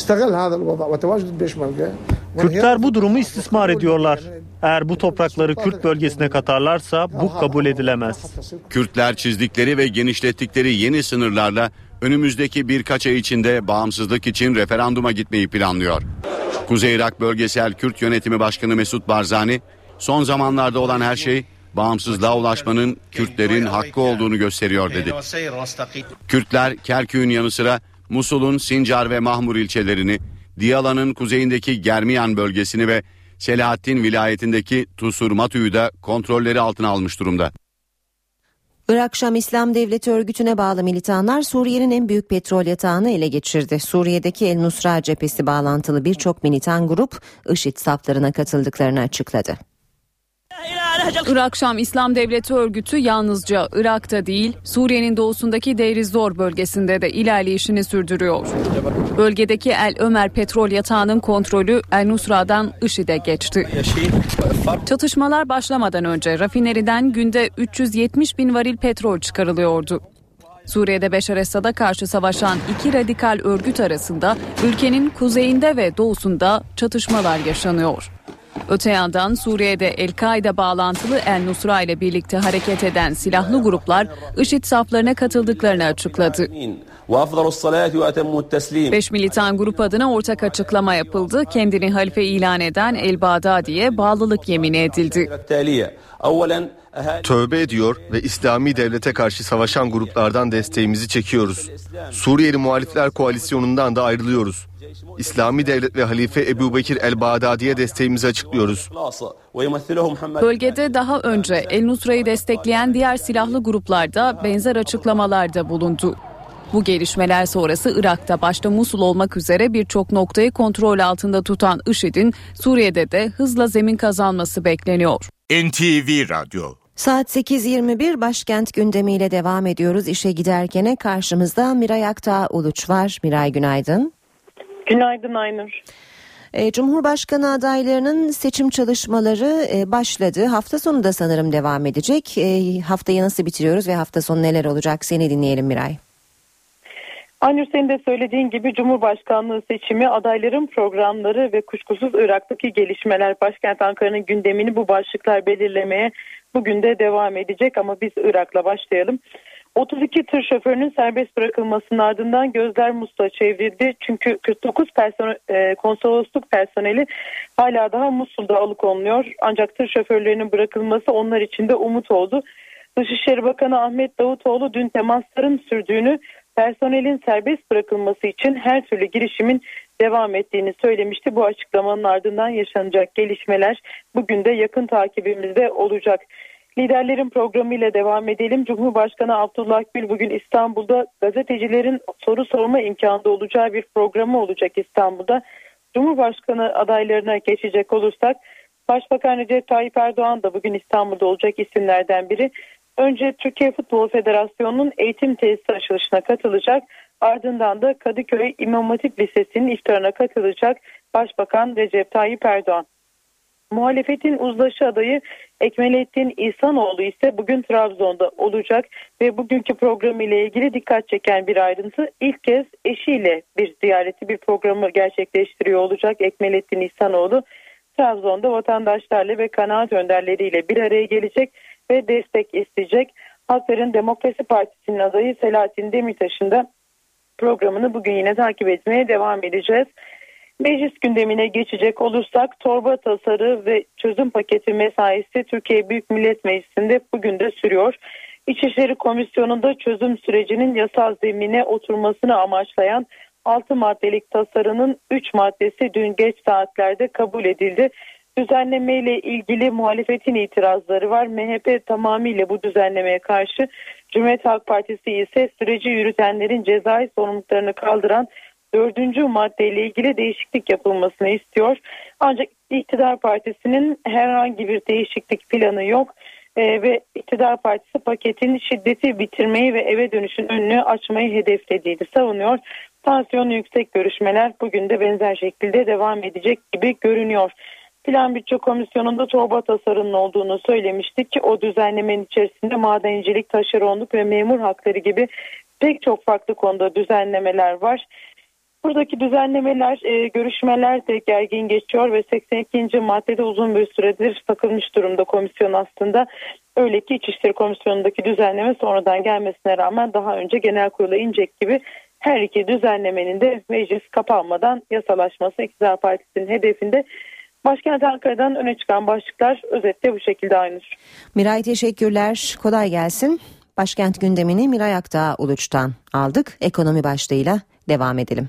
Kürtler bu durumu istismar ediyorlar. Eğer bu toprakları Kürt bölgesine katarlarsa bu kabul edilemez. Kürtler çizdikleri ve genişlettikleri yeni sınırlarla önümüzdeki birkaç ay içinde bağımsızlık için referanduma gitmeyi planlıyor. Kuzey Irak Bölgesel Kürt Yönetimi Başkanı Mesut Barzani, son zamanlarda olan her şey bağımsızlığa ulaşmanın Kürtlerin hakkı olduğunu gösteriyor dedi. Kürtler Kerkük'ün yanı sıra Musul'un Sincar ve Mahmur ilçelerini, Diyala'nın kuzeyindeki Germiyan bölgesini ve Selahattin vilayetindeki Tusurmatu'yu da kontrolleri altına almış durumda. Irak Şam İslam Devleti örgütüne bağlı militanlar Suriye'nin en büyük petrol yatağını ele geçirdi. Suriye'deki El Nusra cephesi bağlantılı birçok militan grup IŞİD saflarına katıldıklarını açıkladı. Irak Şam İslam Devleti örgütü yalnızca Irak'ta değil, Suriye'nin doğusundaki Deir ez-Zor bölgesinde de ilerleyişini sürdürüyor. Bölgedeki El Ömer petrol yatağının kontrolü El Nusra'dan IŞİD'e geçti. Çatışmalar başlamadan önce rafineriden günde 370 bin varil petrol çıkarılıyordu. Suriye'de Beşar Esad'a karşı savaşan iki radikal örgüt arasında ülkenin kuzeyinde ve doğusunda çatışmalar yaşanıyor. Öte yandan Suriye'de El-Kaide bağlantılı El-Nusra ile birlikte hareket eden silahlı gruplar IŞİD saflarına katıldıklarını açıkladı. 5 militan grup adına ortak açıklama yapıldı. Kendini halife ilan eden El-Bağdadi'ye bağlılık yemini edildi. Tövbe ediyor ve İslami devlete karşı savaşan gruplardan desteğimizi çekiyoruz. Suriyeli Muhalifler Koalisyonu'ndan da ayrılıyoruz. İslami Devlet ve Halife Ebu Bekir el-Bağdadi'ye desteğimizi açıklıyoruz. Bölgede daha önce El-Nusra'yı destekleyen diğer silahlı gruplar da benzer açıklamalarda bulundu. Bu gelişmeler sonrası Irak'ta başta Musul olmak üzere birçok noktayı kontrol altında tutan IŞİD'in Suriye'de de hızla zemin kazanması bekleniyor. NTV Radyo. Saat 8.21 başkent gündemiyle devam ediyoruz. İşe giderkene karşımızda Miray Aktağ Uluç var. Miray günaydın. Günaydın Aynur. Cumhurbaşkanı adaylarının seçim çalışmaları başladı. Hafta sonu da sanırım devam edecek. Haftayı nasıl bitiriyoruz ve hafta sonu neler olacak? Seni dinleyelim Miray. Aynur senin de söylediğin gibi Cumhurbaşkanlığı seçimi, adayların programları ve kuşkusuz Irak'taki gelişmeler başkent Ankara'nın gündemini bu başlıklar belirlemeye bugün de devam edecek ama biz Irak'la başlayalım. 32 tır şoförünün serbest bırakılmasının ardından gözler Musul'a çevrildi. Çünkü 49 konsolosluk personeli hala daha Musul'da alıkonuluyor. Ancak tır şoförlerinin bırakılması onlar için de umut oldu. Dışişleri Bakanı Ahmet Davutoğlu dün temasların sürdüğünü, personelin serbest bırakılması için her türlü girişimin devam ettiğini söylemişti. Bu açıklamanın ardından yaşanacak gelişmeler bugün de yakın takibimizde olacak. Liderlerin programıyla devam edelim. Cumhurbaşkanı Abdullah Gül bugün İstanbul'da gazetecilerin soru sorma imkanı olacağı bir programı olacak İstanbul'da. Cumhurbaşkanı adaylarına geçecek olursak Başbakan Recep Tayyip Erdoğan da bugün İstanbul'da olacak isimlerden biri. Önce Türkiye Futbol Federasyonu'nun eğitim tesisi açılışına katılacak. Ardından da Kadıköy İmam Hatip Lisesi'nin iftarına katılacak Başbakan Recep Tayyip Erdoğan. Muhalefetin uzlaşı adayı Ekmelettin İhsanoğlu ise bugün Trabzon'da olacak ve bugünkü programı ile ilgili dikkat çeken bir ayrıntı, ilk kez eşiyle bir ziyareti, bir programı gerçekleştiriyor olacak Ekmelettin İhsanoğlu. Trabzon'da vatandaşlarla ve kanaat önderleriyle bir araya gelecek ve destek isteyecek. Halkların Demokrasi Partisi'nin adayı Selahattin Demirtaş'ın da programını bugün yine takip etmeye devam edeceğiz. Meclis gündemine geçecek olursak torba tasarı ve çözüm paketi mesaisi Türkiye Büyük Millet Meclisi'nde bugün de sürüyor. İçişleri Komisyonu'nda çözüm sürecinin yasal zemine oturmasını amaçlayan 6 maddelik tasarının 3 maddesi dün geç saatlerde kabul edildi. Düzenlemeyle ilgili muhalefetin itirazları var. MHP tamamıyla bu düzenlemeye karşı. Cumhuriyet Halk Partisi ise süreci yürütenlerin cezai sorumluluklarını kaldıran 4. maddeyle ilgili değişiklik yapılmasını istiyor. Ancak İktidar Partisi'nin herhangi bir değişiklik planı yok. Ve İktidar Partisi paketin şiddeti bitirmeyi ve eve dönüşün önünü açmayı hedeflediğini savunuyor. Tansiyonu yüksek görüşmeler bugün de benzer şekilde devam edecek gibi görünüyor. Plan Bütçe Komisyonu'nda torba tasarının olduğunu söylemiştik ki o düzenlemenin içerisinde madencilik, taşeronluk ve memur hakları gibi pek çok farklı konuda düzenlemeler var. Buradaki düzenlemeler, görüşmeler de gergin geçiyor ve 82. maddede uzun bir süredir takılmış durumda komisyon aslında. Öyle ki İçişleri Komisyonu'ndaki düzenleme sonradan gelmesine rağmen daha önce genel kurula inecek gibi her iki düzenlemenin de meclis kapanmadan yasalaşması İktidar Partisi'nin hedefinde. Başkent Ankara'dan öne çıkan başlıklar özetle bu şekilde Aynur. Miray teşekkürler, kolay gelsin. Başkent gündemini Miray Aktağ Uluç'tan aldık. Ekonomi başlığıyla devam edelim.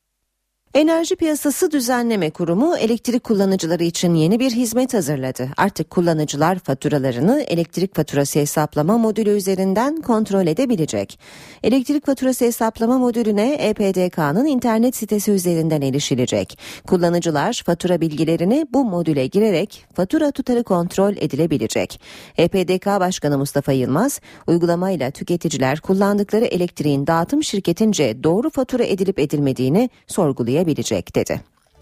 Enerji Piyasası Düzenleme Kurumu elektrik kullanıcıları için yeni bir hizmet hazırladı. Artık kullanıcılar faturalarını elektrik faturası hesaplama modülü üzerinden kontrol edebilecek. Elektrik faturası hesaplama modülüne EPDK'nın internet sitesi üzerinden erişilecek. Kullanıcılar fatura bilgilerini bu modüle girerek fatura tutarı kontrol edilebilecek. EPDK Başkanı Mustafa Yılmaz, uygulamayla tüketiciler kullandıkları elektriğin dağıtım şirketince doğru fatura edilip edilmediğini sorgulayabilir dedi.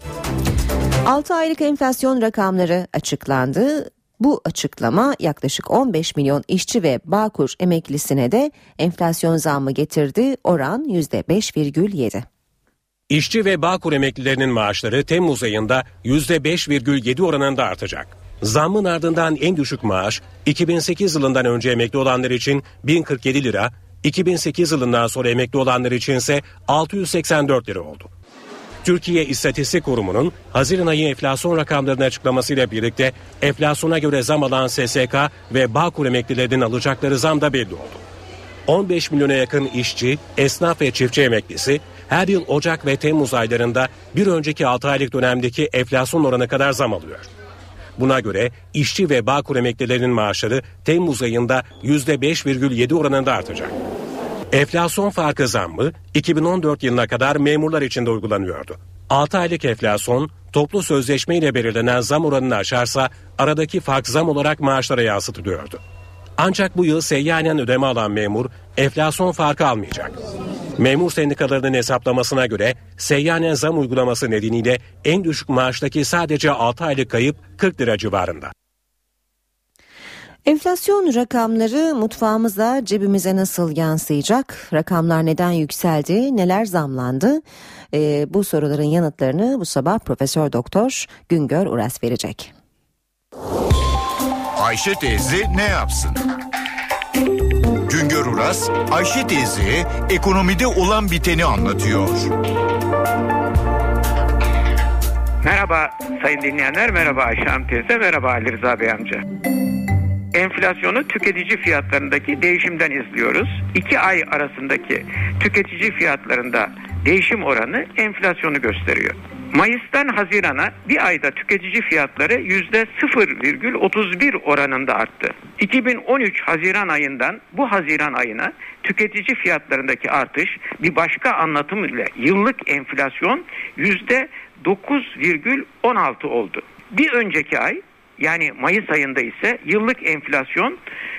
6 aylık enflasyon rakamları açıklandı. Bu açıklama yaklaşık 15 milyon işçi ve Bağkur emeklisine de enflasyon zammı getirdi. Oran %5,7. İşçi ve Bağkur emeklilerinin maaşları Temmuz ayında %5,7 oranında artacak. Zammın ardından en düşük maaş 2008 yılından önce emekli olanlar için 1047 lira, 2008 yılından sonra emekli olanlar için ise 684 lira oldu. Türkiye İstatistik Kurumu'nun Haziran ayı enflasyon rakamlarını açıklamasıyla birlikte enflasyona göre zam alan SSK ve Bağkur emeklilerinin alacakları zam da belli oldu. 15 milyona yakın işçi, esnaf ve çiftçi emeklisi her yıl Ocak ve Temmuz aylarında bir önceki 6 aylık dönemdeki enflasyon oranı kadar zam alıyor. Buna göre işçi ve Bağkur emeklilerinin maaşları Temmuz ayında %5,7 oranında artacak. Enflasyon farkı zammı 2014 yılına kadar memurlar için de uygulanıyordu. 6 aylık enflasyon toplu sözleşmeyle belirlenen zam oranını aşarsa aradaki fark zam olarak maaşlara yansıtılıyordu. Ancak bu yıl seyyanen ödeme alan memur enflasyon farkı almayacak. Memur sendikalarının hesaplamasına göre seyyanen zam uygulaması nedeniyle en düşük maaştaki sadece 6 aylık kayıp 40 lira civarında. Enflasyon rakamları mutfağımıza, cebimize nasıl yansıyacak? Rakamlar neden yükseldi? Neler zamlandı? Bu soruların yanıtlarını bu sabah Profesör Doktor Güngör Uras verecek. Ayşe teyze ne yapsın? Güngör Uras, Ayşe teyzeye ekonomide olan biteni anlatıyor. Merhaba sayın dinleyenler, merhaba Ayşe Hanım teyze, merhaba Ali Rıza Bey amca. Enflasyonu tüketici fiyatlarındaki değişimden izliyoruz. 2 ay arasındaki tüketici fiyatlarında değişim oranı enflasyonu gösteriyor. Mayıs'tan Haziran'a bir ayda tüketici fiyatları %0,31 oranında arttı. 2013 Haziran ayından bu Haziran ayına tüketici fiyatlarındaki artış bir başka anlatım ile yıllık enflasyon %9,16 oldu. Bir önceki ay yani Mayıs ayında ise yıllık enflasyon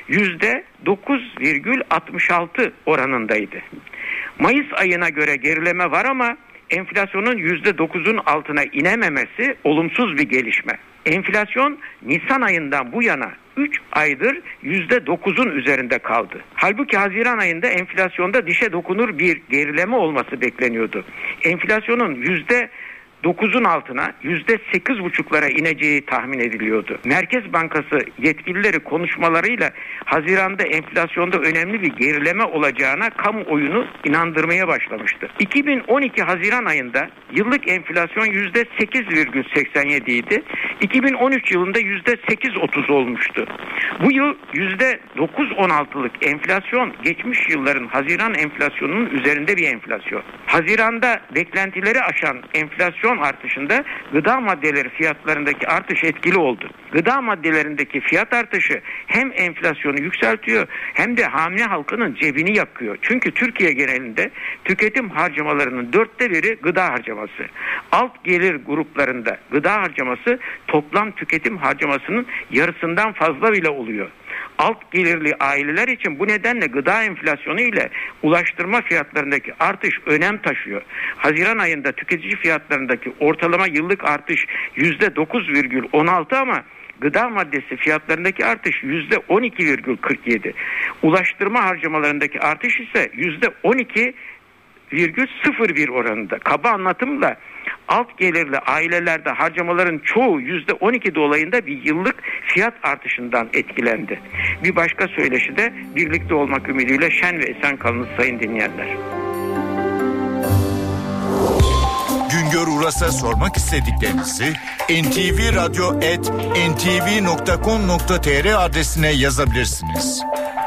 %9,66 oranındaydı. Mayıs ayına göre gerileme var ama enflasyonun %9'un altına inememesi olumsuz bir gelişme. Enflasyon Nisan ayından bu yana 3 aydır %9'un üzerinde kaldı. Halbuki Haziran ayında enflasyonda dişe dokunur bir gerileme olması bekleniyordu. Enflasyonun %9'un altına %8,5'lara ineceği tahmin ediliyordu. Merkez Bankası yetkilileri konuşmalarıyla Haziran'da enflasyonda önemli bir gerileme olacağına kamuoyunu inandırmaya başlamıştı. 2012 Haziran ayında yıllık enflasyon %8,87 idi. 2013 yılında %8,30 olmuştu. Bu yıl %9,16'lık enflasyon geçmiş yılların Haziran enflasyonunun üzerinde bir enflasyon. Haziran'da beklentileri aşan enflasyon artışında gıda maddeleri fiyatlarındaki artış etkili oldu. Gıda maddelerindeki fiyat artışı hem enflasyonu yükseltiyor hem de hamile halkının cebini yakıyor. Çünkü Türkiye genelinde tüketim harcamalarının 1/4 gıda harcaması. Alt gelir gruplarında gıda harcaması toplam tüketim harcamasının yarısından fazla bile oluyor. Alt gelirli aileler için bu nedenle gıda enflasyonu ile ulaştırma fiyatlarındaki artış önem taşıyor. Haziran ayında tüketici fiyatlarındaki ortalama yıllık artış %9,16 ama gıda maddesi fiyatlarındaki artış %12,47. Ulaştırma harcamalarındaki artış ise %12,01 oranında. Kaba anlatımla alt gelirli ailelerde harcamaların çoğu %12 dolayında bir yıllık fiyat artışından etkilendi. Bir başka söyleşi de birlikte olmak ümidiyle şen ve esen kalınız sayın dinleyenler. Güngör Uras'a sormak istediklerinizi ntvradyo@ntv.com.tr adresine yazabilirsiniz.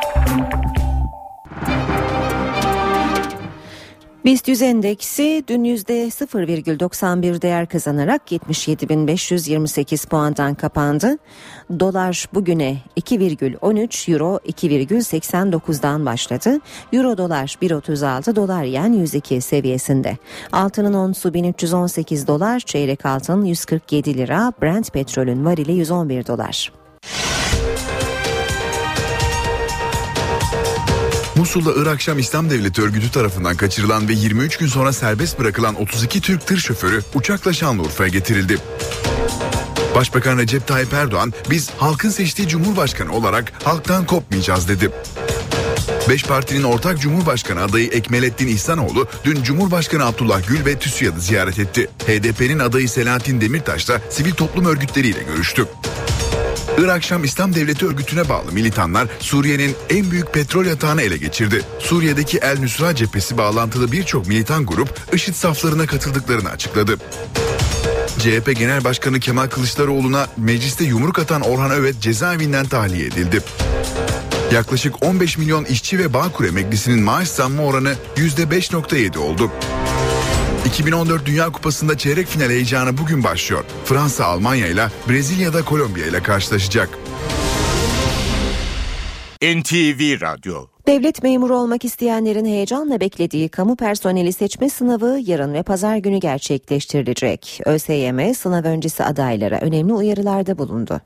BIST 100 endeksi dün %0,91 değer kazanarak 77.528 puandan kapandı. Dolar bugüne 2,13, Euro 2,89'dan başladı. Euro dolar 1,36, dolar yen 102 seviyesinde. Altının onsu 1318 dolar, çeyrek altın 147 lira, Brent petrolün varili 111 dolar. Musul'da Irak Şam İslam Devleti örgütü tarafından kaçırılan ve 23 gün sonra serbest bırakılan 32 Türk tır şoförü uçakla Şanlıurfa'ya getirildi. Başbakan Recep Tayyip Erdoğan, biz halkın seçtiği Cumhurbaşkanı olarak halktan kopmayacağız dedi. 5 partinin ortak Cumhurbaşkanı adayı Ekmelettin İhsanoğlu dün Cumhurbaşkanı Abdullah Gül ve TÜSİAD'ı ziyaret etti. HDP'nin adayı Selahattin Demirtaş da sivil toplum örgütleriyle görüştü. Irak Şam İslam Devleti örgütüne bağlı militanlar Suriye'nin en büyük petrol yatağını ele geçirdi. Suriye'deki El Nusra cephesi bağlantılı birçok militan grup IŞİD saflarına katıldıklarını açıkladı. CHP Genel Başkanı Kemal Kılıçdaroğlu'na mecliste yumruk atan Orhan Övet cezaevinden tahliye edildi. Yaklaşık 15 milyon işçi ve Bağkur emeklisinin maaş zammı oranı %5.7 oldu. 2014 Dünya Kupası'nda çeyrek final heyecanı bugün başlıyor. Fransa Almanya ile Brezilya'da Kolombiya ile karşılaşacak. NTV Radyo. Devlet memuru olmak isteyenlerin heyecanla beklediği kamu personeli seçme sınavı yarın ve pazar günü gerçekleştirilecek. ÖSYM sınav öncesi adaylara önemli uyarılarda bulundu.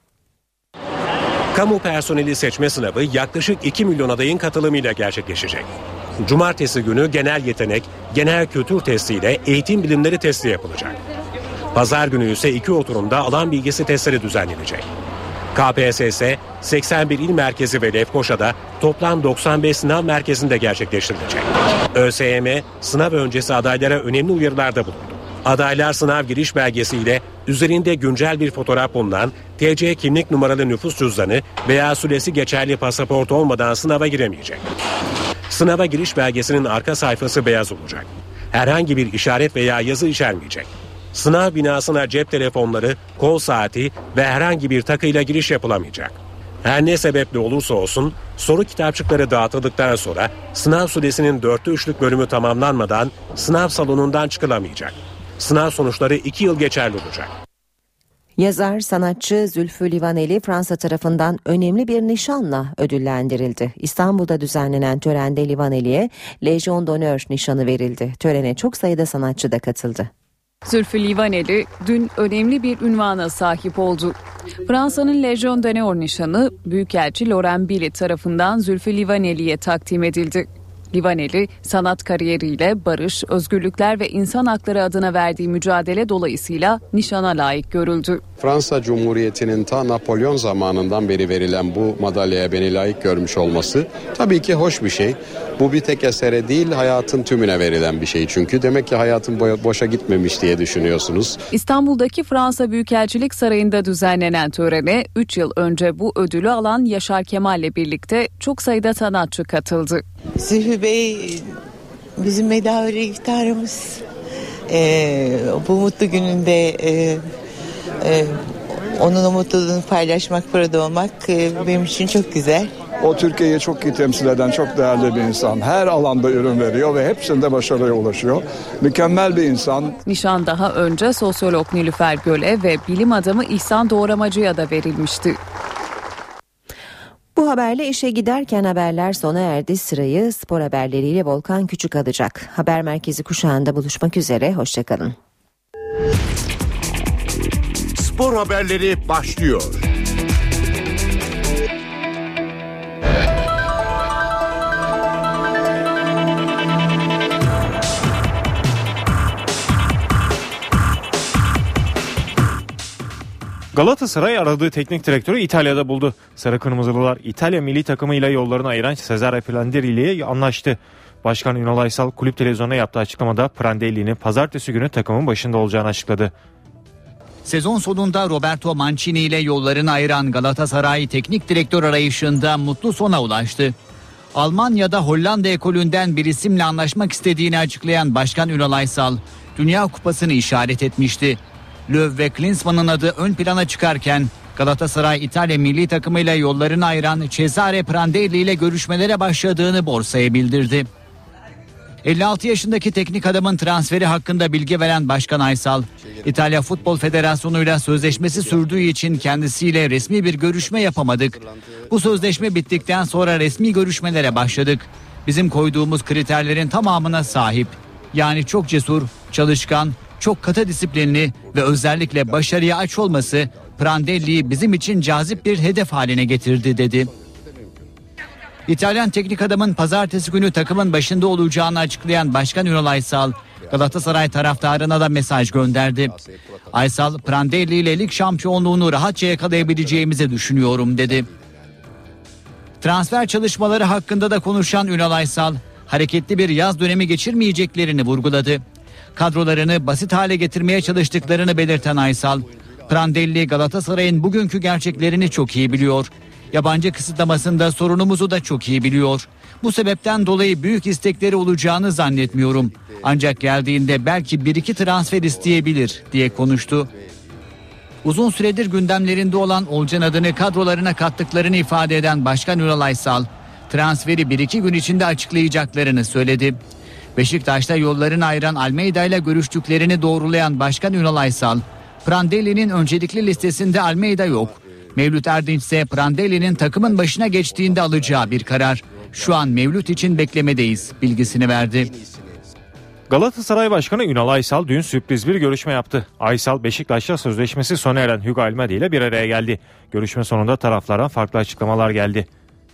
Kamu personeli seçme sınavı yaklaşık 2 milyon adayın katılımıyla gerçekleşecek. Cumartesi günü genel yetenek, genel kültür testiyle eğitim bilimleri testi yapılacak. Pazar günü ise 2 oturumda alan bilgisi testleri düzenlenecek. KPSS 81 il merkezi ve Lefkoşa'da toplam 95 sınav merkezinde gerçekleştirilecek. ÖSYM sınav öncesi adaylara önemli uyarılarda bulundu. Adaylar sınav giriş belgesiyle üzerinde güncel bir fotoğraf bulunan TC kimlik numaralı nüfus cüzdanı veya süresi geçerli pasaport olmadan sınava giremeyecek. Sınava giriş belgesinin arka sayfası beyaz olacak. Herhangi bir işaret veya yazı içermeyecek. Sınav binasına cep telefonları, kol saati ve herhangi bir takıyla giriş yapılamayacak. Her ne sebeple olursa olsun soru kitapçıkları dağıtıldıktan sonra sınav süresinin 4/3'lük bölümü tamamlanmadan sınav salonundan çıkılamayacak. Sınav sonuçları 2 yıl geçerli olacak. Yazar, sanatçı Zülfü Livaneli Fransa tarafından önemli bir nişanla ödüllendirildi. İstanbul'da düzenlenen törende Livaneli'ye Légion d'Honneur nişanı verildi. Törene çok sayıda sanatçı da katıldı. Zülfü Livaneli dün önemli bir ünvana sahip oldu. Fransa'nın Légion d'Honneur nişanı Büyükelçi Laurent Billy tarafından Zülfü Livaneli'ye takdim edildi. Livaneli, sanat kariyeriyle barış, özgürlükler ve insan hakları adına verdiği mücadele dolayısıyla nişana layık görüldü. Fransa Cumhuriyeti'nin ta Napolyon zamanından beri verilen bu madalyaya beni layık görmüş olması tabii ki hoş bir şey. Bu bir tek esere değil, hayatın tümüne verilen bir şey çünkü. Demek ki hayatın boşa gitmemiş diye düşünüyorsunuz. İstanbul'daki Fransa Büyükelçilik Sarayı'nda düzenlenen törene 3 yıl önce bu ödülü alan Yaşar Kemal'le birlikte çok sayıda sanatçı katıldı. Zülfü Bey bizim medaveri iftarımız. Bu mutlu gününde onun o mutluluğunu paylaşmak, burada olmak benim için çok güzel. O Türkiye'yi çok iyi temsil eden çok değerli bir insan. Her alanda ürün veriyor ve hepsinde başarıya ulaşıyor. Mükemmel bir insan. Nişan daha önce sosyolog Nilüfer Göle ve bilim adamı İhsan Doğramacı'ya da verilmişti. Bu haberle işe giderken haberler sona erdi. Sırayı spor haberleriyle Volkan Küçük alacak. Haber Merkezi kuşağında buluşmak üzere. Hoşçakalın. Spor haberleri başlıyor. Galatasaray aradığı teknik direktörü İtalya'da buldu. Sarı Kırmızılılar İtalya milli takımıyla yollarını ayıran Cesare Prandelli ile anlaştı. Başkan Ünal Aysal kulüp televizyonuna yaptığı açıklamada Prandelli'nin pazartesi günü takımın başında olacağını açıkladı. Sezon sonunda Roberto Mancini ile yollarını ayıran Galatasaray teknik direktör arayışında mutlu sona ulaştı. Almanya'da Hollanda ekolünden bir isimle anlaşmak istediğini açıklayan Başkan Ünal Aysal, Dünya Kupası'nı işaret etmişti. Löw ve Klinsmann'ın adı ön plana çıkarken Galatasaray İtalya milli takımıyla yollarını ayıran Cesare Prandelli ile görüşmelere başladığını borsaya bildirdi. 56 yaşındaki teknik adamın transferi hakkında bilgi veren Başkan Aysal, İtalya Futbol Federasyonu'yla sözleşmesi sürdüğü için kendisiyle resmi bir görüşme yapamadık. Bu sözleşme bittikten sonra resmi görüşmelere başladık. Bizim koyduğumuz kriterlerin tamamına sahip. Yani çok cesur, çalışkan, çok katı disiplinli ve özellikle başarıya aç olması Prandelli'yi bizim için cazip bir hedef haline getirdi dedi. İtalyan teknik adamın pazartesi günü takımın başında olacağını açıklayan Başkan Ünal Aysal, Galatasaray taraftarına da mesaj gönderdi. Aysal, Prandelli ile lig şampiyonluğunu rahatça yakalayabileceğimizi düşünüyorum dedi. Transfer çalışmaları hakkında da konuşan Ünal Aysal, hareketli bir yaz dönemi geçirmeyeceklerini vurguladı. Kadrolarını basit hale getirmeye çalıştıklarını belirten Aysal, Prandelli Galatasaray'ın bugünkü gerçeklerini çok iyi biliyor. Yabancı kısıtlamasında sorunumuzu da çok iyi biliyor. Bu sebepten dolayı büyük istekleri olacağını zannetmiyorum. Ancak geldiğinde belki 1-2 transfer isteyebilir diye konuştu. Uzun süredir gündemlerinde olan Olcan adını kadrolarına kattıklarını ifade eden Başkan Ünal Aysal, transferi 1-2 gün içinde açıklayacaklarını söyledi. Beşiktaş'ta yollarını ayıran Almeida ile görüştüklerini doğrulayan Başkan Ünal Aysal, Prandelli'nin öncelikli listesinde Almeida yok. Mevlüt Erdinç ise Prandelli'nin takımın başına geçtiğinde alacağı bir karar. Şu an Mevlüt için beklemedeyiz bilgisini verdi. Galatasaray Başkanı Ünal Aysal dün sürpriz bir görüşme yaptı. Aysal, Beşiktaş'ta sözleşmesi sona eren Hugo Almeida ile bir araya geldi. Görüşme sonunda taraflardan farklı açıklamalar geldi.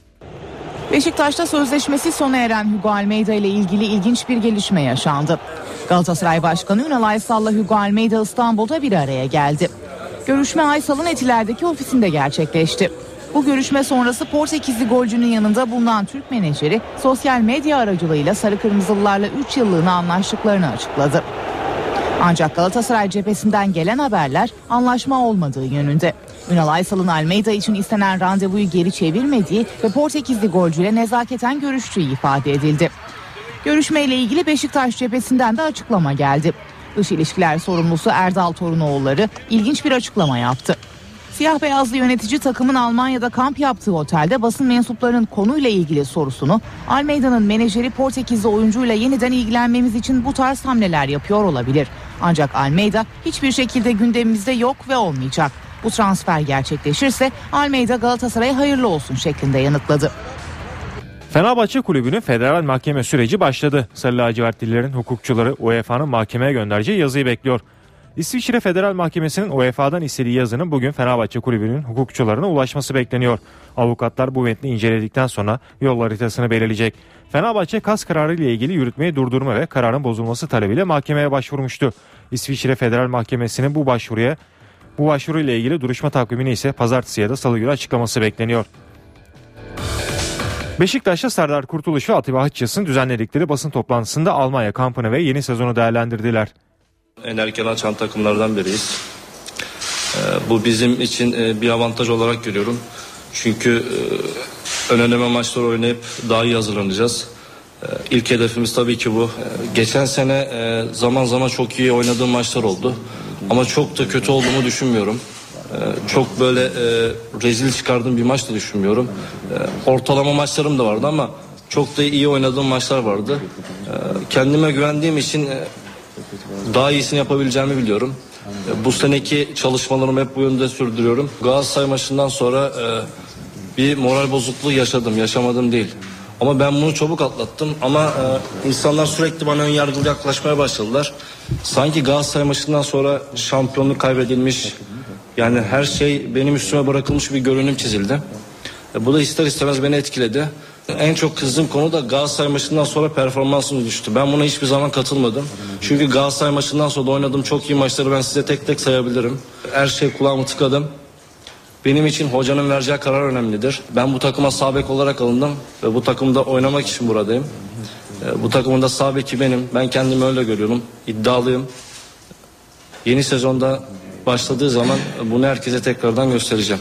Beşiktaş'ta sözleşmesi sona eren Hugo Almeida ile ilgili ilginç bir gelişme yaşandı. Galatasaray Başkanı Ünal Aysal'la Hugo Almeida İstanbul'da bir araya geldi. Görüşme Aysal'ın Etiler'deki ofisinde gerçekleşti. Bu görüşme sonrası Portekizli golcünün yanında bulunan Türk menajeri sosyal medya aracılığıyla Sarı Kırmızılılarla 3 yıllığına anlaştıklarını açıkladı. Ancak Galatasaray cephesinden gelen haberler anlaşma olmadığı yönünde. Ünal Aysal'ın Almeida için istenen randevuyu geri çevirmediği ve Portekizli golcüyle nezaketen görüştüğü ifade edildi. Görüşmeyle ilgili Beşiktaş cephesinden de açıklama geldi. Dış ilişkiler sorumlusu Erdal Torunoğulları ilginç bir açıklama yaptı. Siyah beyazlı yönetici takımın Almanya'da kamp yaptığı otelde basın mensuplarının konuyla ilgili sorusunu Almeida'nın menajeri Portekizli oyuncuyla yeniden ilgilenmemiz için bu tarz hamleler yapıyor olabilir. Ancak Almeida hiçbir şekilde gündemimizde yok ve olmayacak. Bu transfer gerçekleşirse Almeida Galatasaray'a hayırlı olsun şeklinde yanıtladı. Fenerbahçe Kulübü'nün federal mahkeme süreci başladı. Sarı lacivertlilerin hukukçuları UEFA'nın mahkemeye göndereceği yazıyı bekliyor. İsviçre Federal Mahkemesi'nin UEFA'dan istediği yazının bugün Fenerbahçe Kulübü'nün hukukçularına ulaşması bekleniyor. Avukatlar bu metni inceledikten sonra yol haritasını belirleyecek. Fenerbahçe kas kararı ile ilgili yürütmeyi durdurma ve kararın bozulması talebiyle mahkemeye başvurmuştu. İsviçre Federal Mahkemesi'nin bu başvuru ile ilgili duruşma takvimini ise pazartesi ya da salı günü açıklaması bekleniyor. Beşiktaş'ta Serdar Kurtuluş ve Atiba Hıçyas'ın düzenledikleri basın toplantısında Almanya kampını ve yeni sezonu değerlendirdiler. En erken açan takımlardan biriyiz. Bu bizim için bir avantaj olarak görüyorum. Çünkü önleme maçları oynayıp daha iyi hazırlanacağız. İlk hedefimiz tabii ki bu. Geçen sene zaman zaman çok iyi oynadığım maçlar oldu. Ama çok da kötü olduğumu düşünmüyorum. Çok böyle rezil çıkardığım bir maç da düşünmüyorum. Ortalama maçlarım da vardı ama çok da iyi oynadığım maçlar vardı. Kendime güvendiğim için daha iyisini yapabileceğimi biliyorum. Bu seneki çalışmalarımı hep bu yönde sürdürüyorum. Galatasaray maçından sonra bir moral bozukluğu yaşamadım değil. Ama ben bunu çabuk atlattım. Ama insanlar sürekli bana ön yargılı yaklaşmaya başladılar. Sanki Galatasaray maçından sonra şampiyonluk kaybedilmiş, yani her şey benim üstüme bırakılmış bir görünüm çizildi. Bu da ister istemez beni etkiledi. En çok kızdığım konu da Galatasaray maçından sonra performansım düştü. Ben buna hiçbir zaman katılmadım. Çünkü Galatasaray maçından sonra oynadığım çok iyi maçları ben size tek tek sayabilirim. Her şey kulağımı tıkadım. Benim için hocanın vereceği karar önemlidir. Ben bu takıma sağ bek olarak alındım ve bu takımda oynamak için buradayım. Bu takımın da sağ beki benim. Ben kendimi öyle görüyorum. İddialıyım. Yeni sezonda başladığı zaman bunu herkese tekrardan göstereceğim.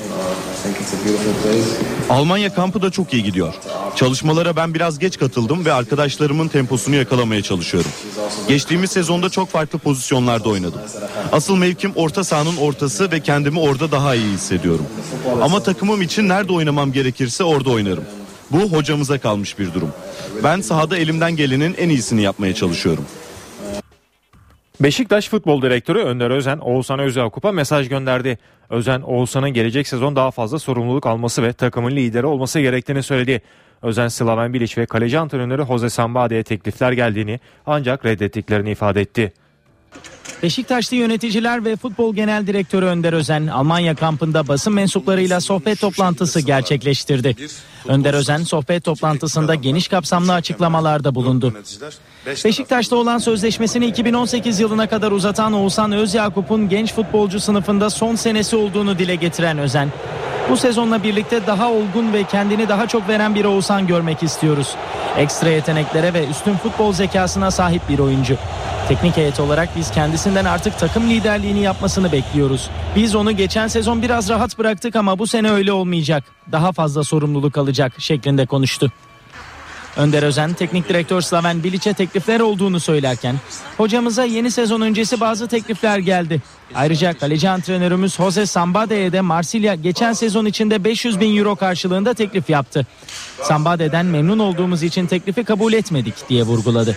Almanya kampı da çok iyi gidiyor. Çalışmalara ben biraz geç katıldım ve arkadaşlarımın temposunu yakalamaya çalışıyorum. Geçtiğimiz sezonda çok farklı pozisyonlarda oynadım. Asıl mevkim orta sahanın ortası ve kendimi orada daha iyi hissediyorum. Ama takımım için nerede oynamam gerekirse orada oynarım. Bu hocamıza kalmış bir durum. Ben sahada elimden gelenin en iyisini yapmaya çalışıyorum. Beşiktaş Futbol Direktörü Önder Özen, Oğuzhan Özyakup'a mesaj gönderdi. Özen, Oğuzhan'ın gelecek sezon daha fazla sorumluluk alması ve takımın lideri olması gerektiğini söyledi. Özen, Slaven Bilic ve kaleci antrenörü Jose Sambade'ye teklifler geldiğini ancak reddettiklerini ifade etti. Beşiktaşlı yöneticiler ve Futbol Genel Direktörü Önder Özen, Almanya kampında basın mensuplarıyla sohbet toplantısı gerçekleştirdi. Önder Özen, sohbet toplantısında geniş kapsamlı açıklamalarda bulundu. Beşiktaş'ta olan sözleşmesini 2018 yılına kadar uzatan Oğuzhan Özyakup'un genç futbolcu sınıfında son senesi olduğunu dile getiren Özen, bu sezonla birlikte daha olgun ve kendini daha çok veren bir Oğuzhan görmek istiyoruz. Ekstra yeteneklere ve üstün futbol zekasına sahip bir oyuncu. Teknik heyet olarak biz kendisinden artık takım liderliğini yapmasını bekliyoruz. Biz onu geçen sezon biraz rahat bıraktık ama bu sene öyle olmayacak. Daha fazla sorumluluk alacak şeklinde konuştu. Önder Özen, teknik direktör Slaven Bilic'e teklifler olduğunu söylerken, hocamıza yeni sezon öncesi bazı teklifler geldi. Ayrıca kaleci antrenörümüz Jose Sambade'ye de Marsilya geçen sezon içinde 500 bin euro karşılığında teklif yaptı. Sambade'den memnun olduğumuz için teklifi kabul etmedik diye vurguladı.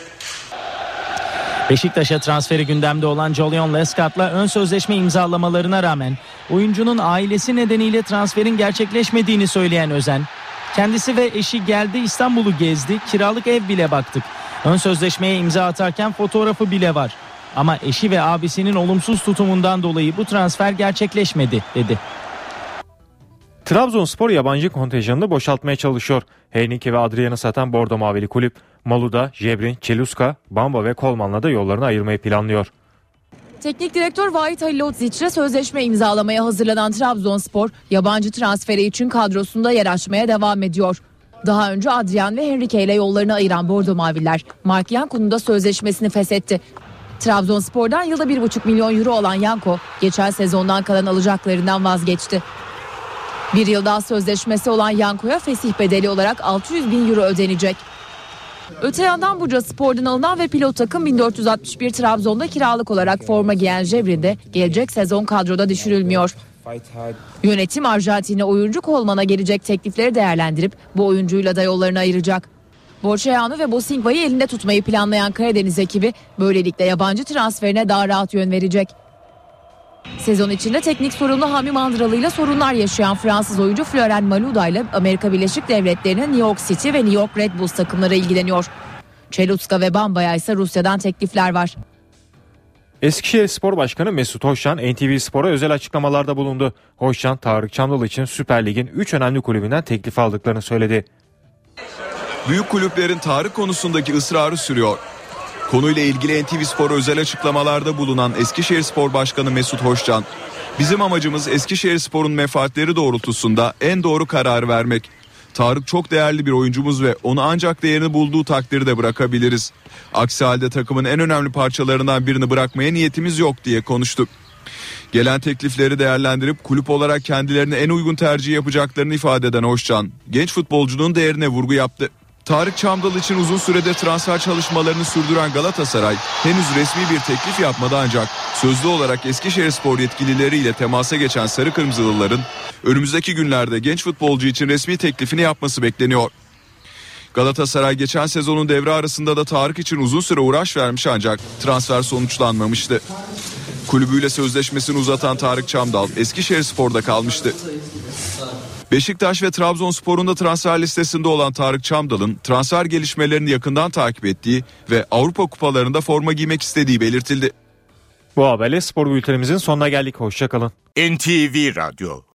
Beşiktaş'a transferi gündemde olan Julian Lescat'la ön sözleşme imzalamalarına rağmen oyuncunun ailesi nedeniyle transferin gerçekleşmediğini söyleyen Özen, kendisi ve eşi geldi İstanbul'u gezdi, kiralık ev bile baktık. Ön sözleşmeye imza atarken fotoğrafı bile var. Ama eşi ve abisinin olumsuz tutumundan dolayı bu transfer gerçekleşmedi dedi. Trabzonspor yabancı kontenjanını boşaltmaya çalışıyor. Heinike ve Adrian'ı satan Bordo Mavili kulüp, Maluda, Jebrin, Çeluska, Bamba ve Kolman'la da yollarını ayırmayı planlıyor. Teknik direktör Vahit Halilotziç'le sözleşme imzalamaya hazırlanan Trabzonspor, yabancı transferi için kadrosunda yer açmaya devam ediyor. Daha önce Adrian ve Henrique ile yollarını ayıran Bordo Maviller, Mark Yanko'nun da sözleşmesini feshetti. Trabzonspor'dan yılda 1,5 milyon euro olan Yanko, geçen sezondan kalan alacaklarından vazgeçti. Bir yıl daha sözleşmesi olan Yanko'ya fesih bedeli olarak 600 bin euro ödenecek. Öte yandan Bursaspor'dan alınan ve pilot takım 1461 Trabzon'da kiralık olarak forma giyen Jebrin de gelecek sezon kadroda düşürülmüyor. Yönetim Arjantinli oyuncu Kolman'a gelecek teklifleri değerlendirip bu oyuncuyla da yollarını ayıracak. Borçayanu ve Bosingva'yı elinde tutmayı planlayan Karadeniz ekibi böylelikle yabancı transferine daha rahat yön verecek. Sezon içinde teknik sorumlu Hami Mandıralı ile sorunlar yaşayan Fransız oyuncu Florent Malouda ile Amerika Birleşik Devletleri'nin New York City ve New York Red Bulls takımları ilgileniyor. Çelutska ve Bamba'ya ise Rusya'dan teklifler var. Eskişehirspor Başkanı Mesut Hoşcan NTV Spor'a özel açıklamalarda bulundu. Hoşcan, Tarık Çamdal için Süper Lig'in 3 önemli kulübünden teklif aldıklarını söyledi. Büyük kulüplerin Tarık konusundaki ısrarı sürüyor. Konuyla ilgili NTV Spor'a özel açıklamalarda bulunan Eskişehirspor Başkanı Mesut Hoşcan, "Bizim amacımız Eskişehirspor'un menfaatleri doğrultusunda en doğru kararı vermek. Tarık çok değerli bir oyuncumuz ve onu ancak değerini bulduğu takdirde bırakabiliriz. Aksi halde takımın en önemli parçalarından birini bırakmaya niyetimiz yok" diye konuştu. Gelen teklifleri değerlendirip kulüp olarak kendilerine en uygun tercih yapacaklarını ifade eden Hoşcan, genç futbolcunun değerine vurgu yaptı. Tarık Çamdal için uzun süredir transfer çalışmalarını sürdüren Galatasaray henüz resmi bir teklif yapmadı, ancak sözlü olarak Eskişehirspor yetkilileriyle temasa geçen Sarı Kırmızılıların önümüzdeki günlerde genç futbolcu için resmi teklifini yapması bekleniyor. Galatasaray geçen sezonun devre arasında da Tarık için uzun süre uğraş vermiş, ancak transfer sonuçlanmamıştı. Kulübüyle sözleşmesini uzatan Tarık Çamdal Eskişehirspor'da kalmıştı. Beşiktaş ve Trabzonspor'un da transfer listesinde olan Tarık Çamdal'ın transfer gelişmelerini yakından takip ettiği ve Avrupa kupalarında forma giymek istediği belirtildi. Bu haberle spor bültenimizin sonuna geldik. Hoşça kalın. NTV Radyo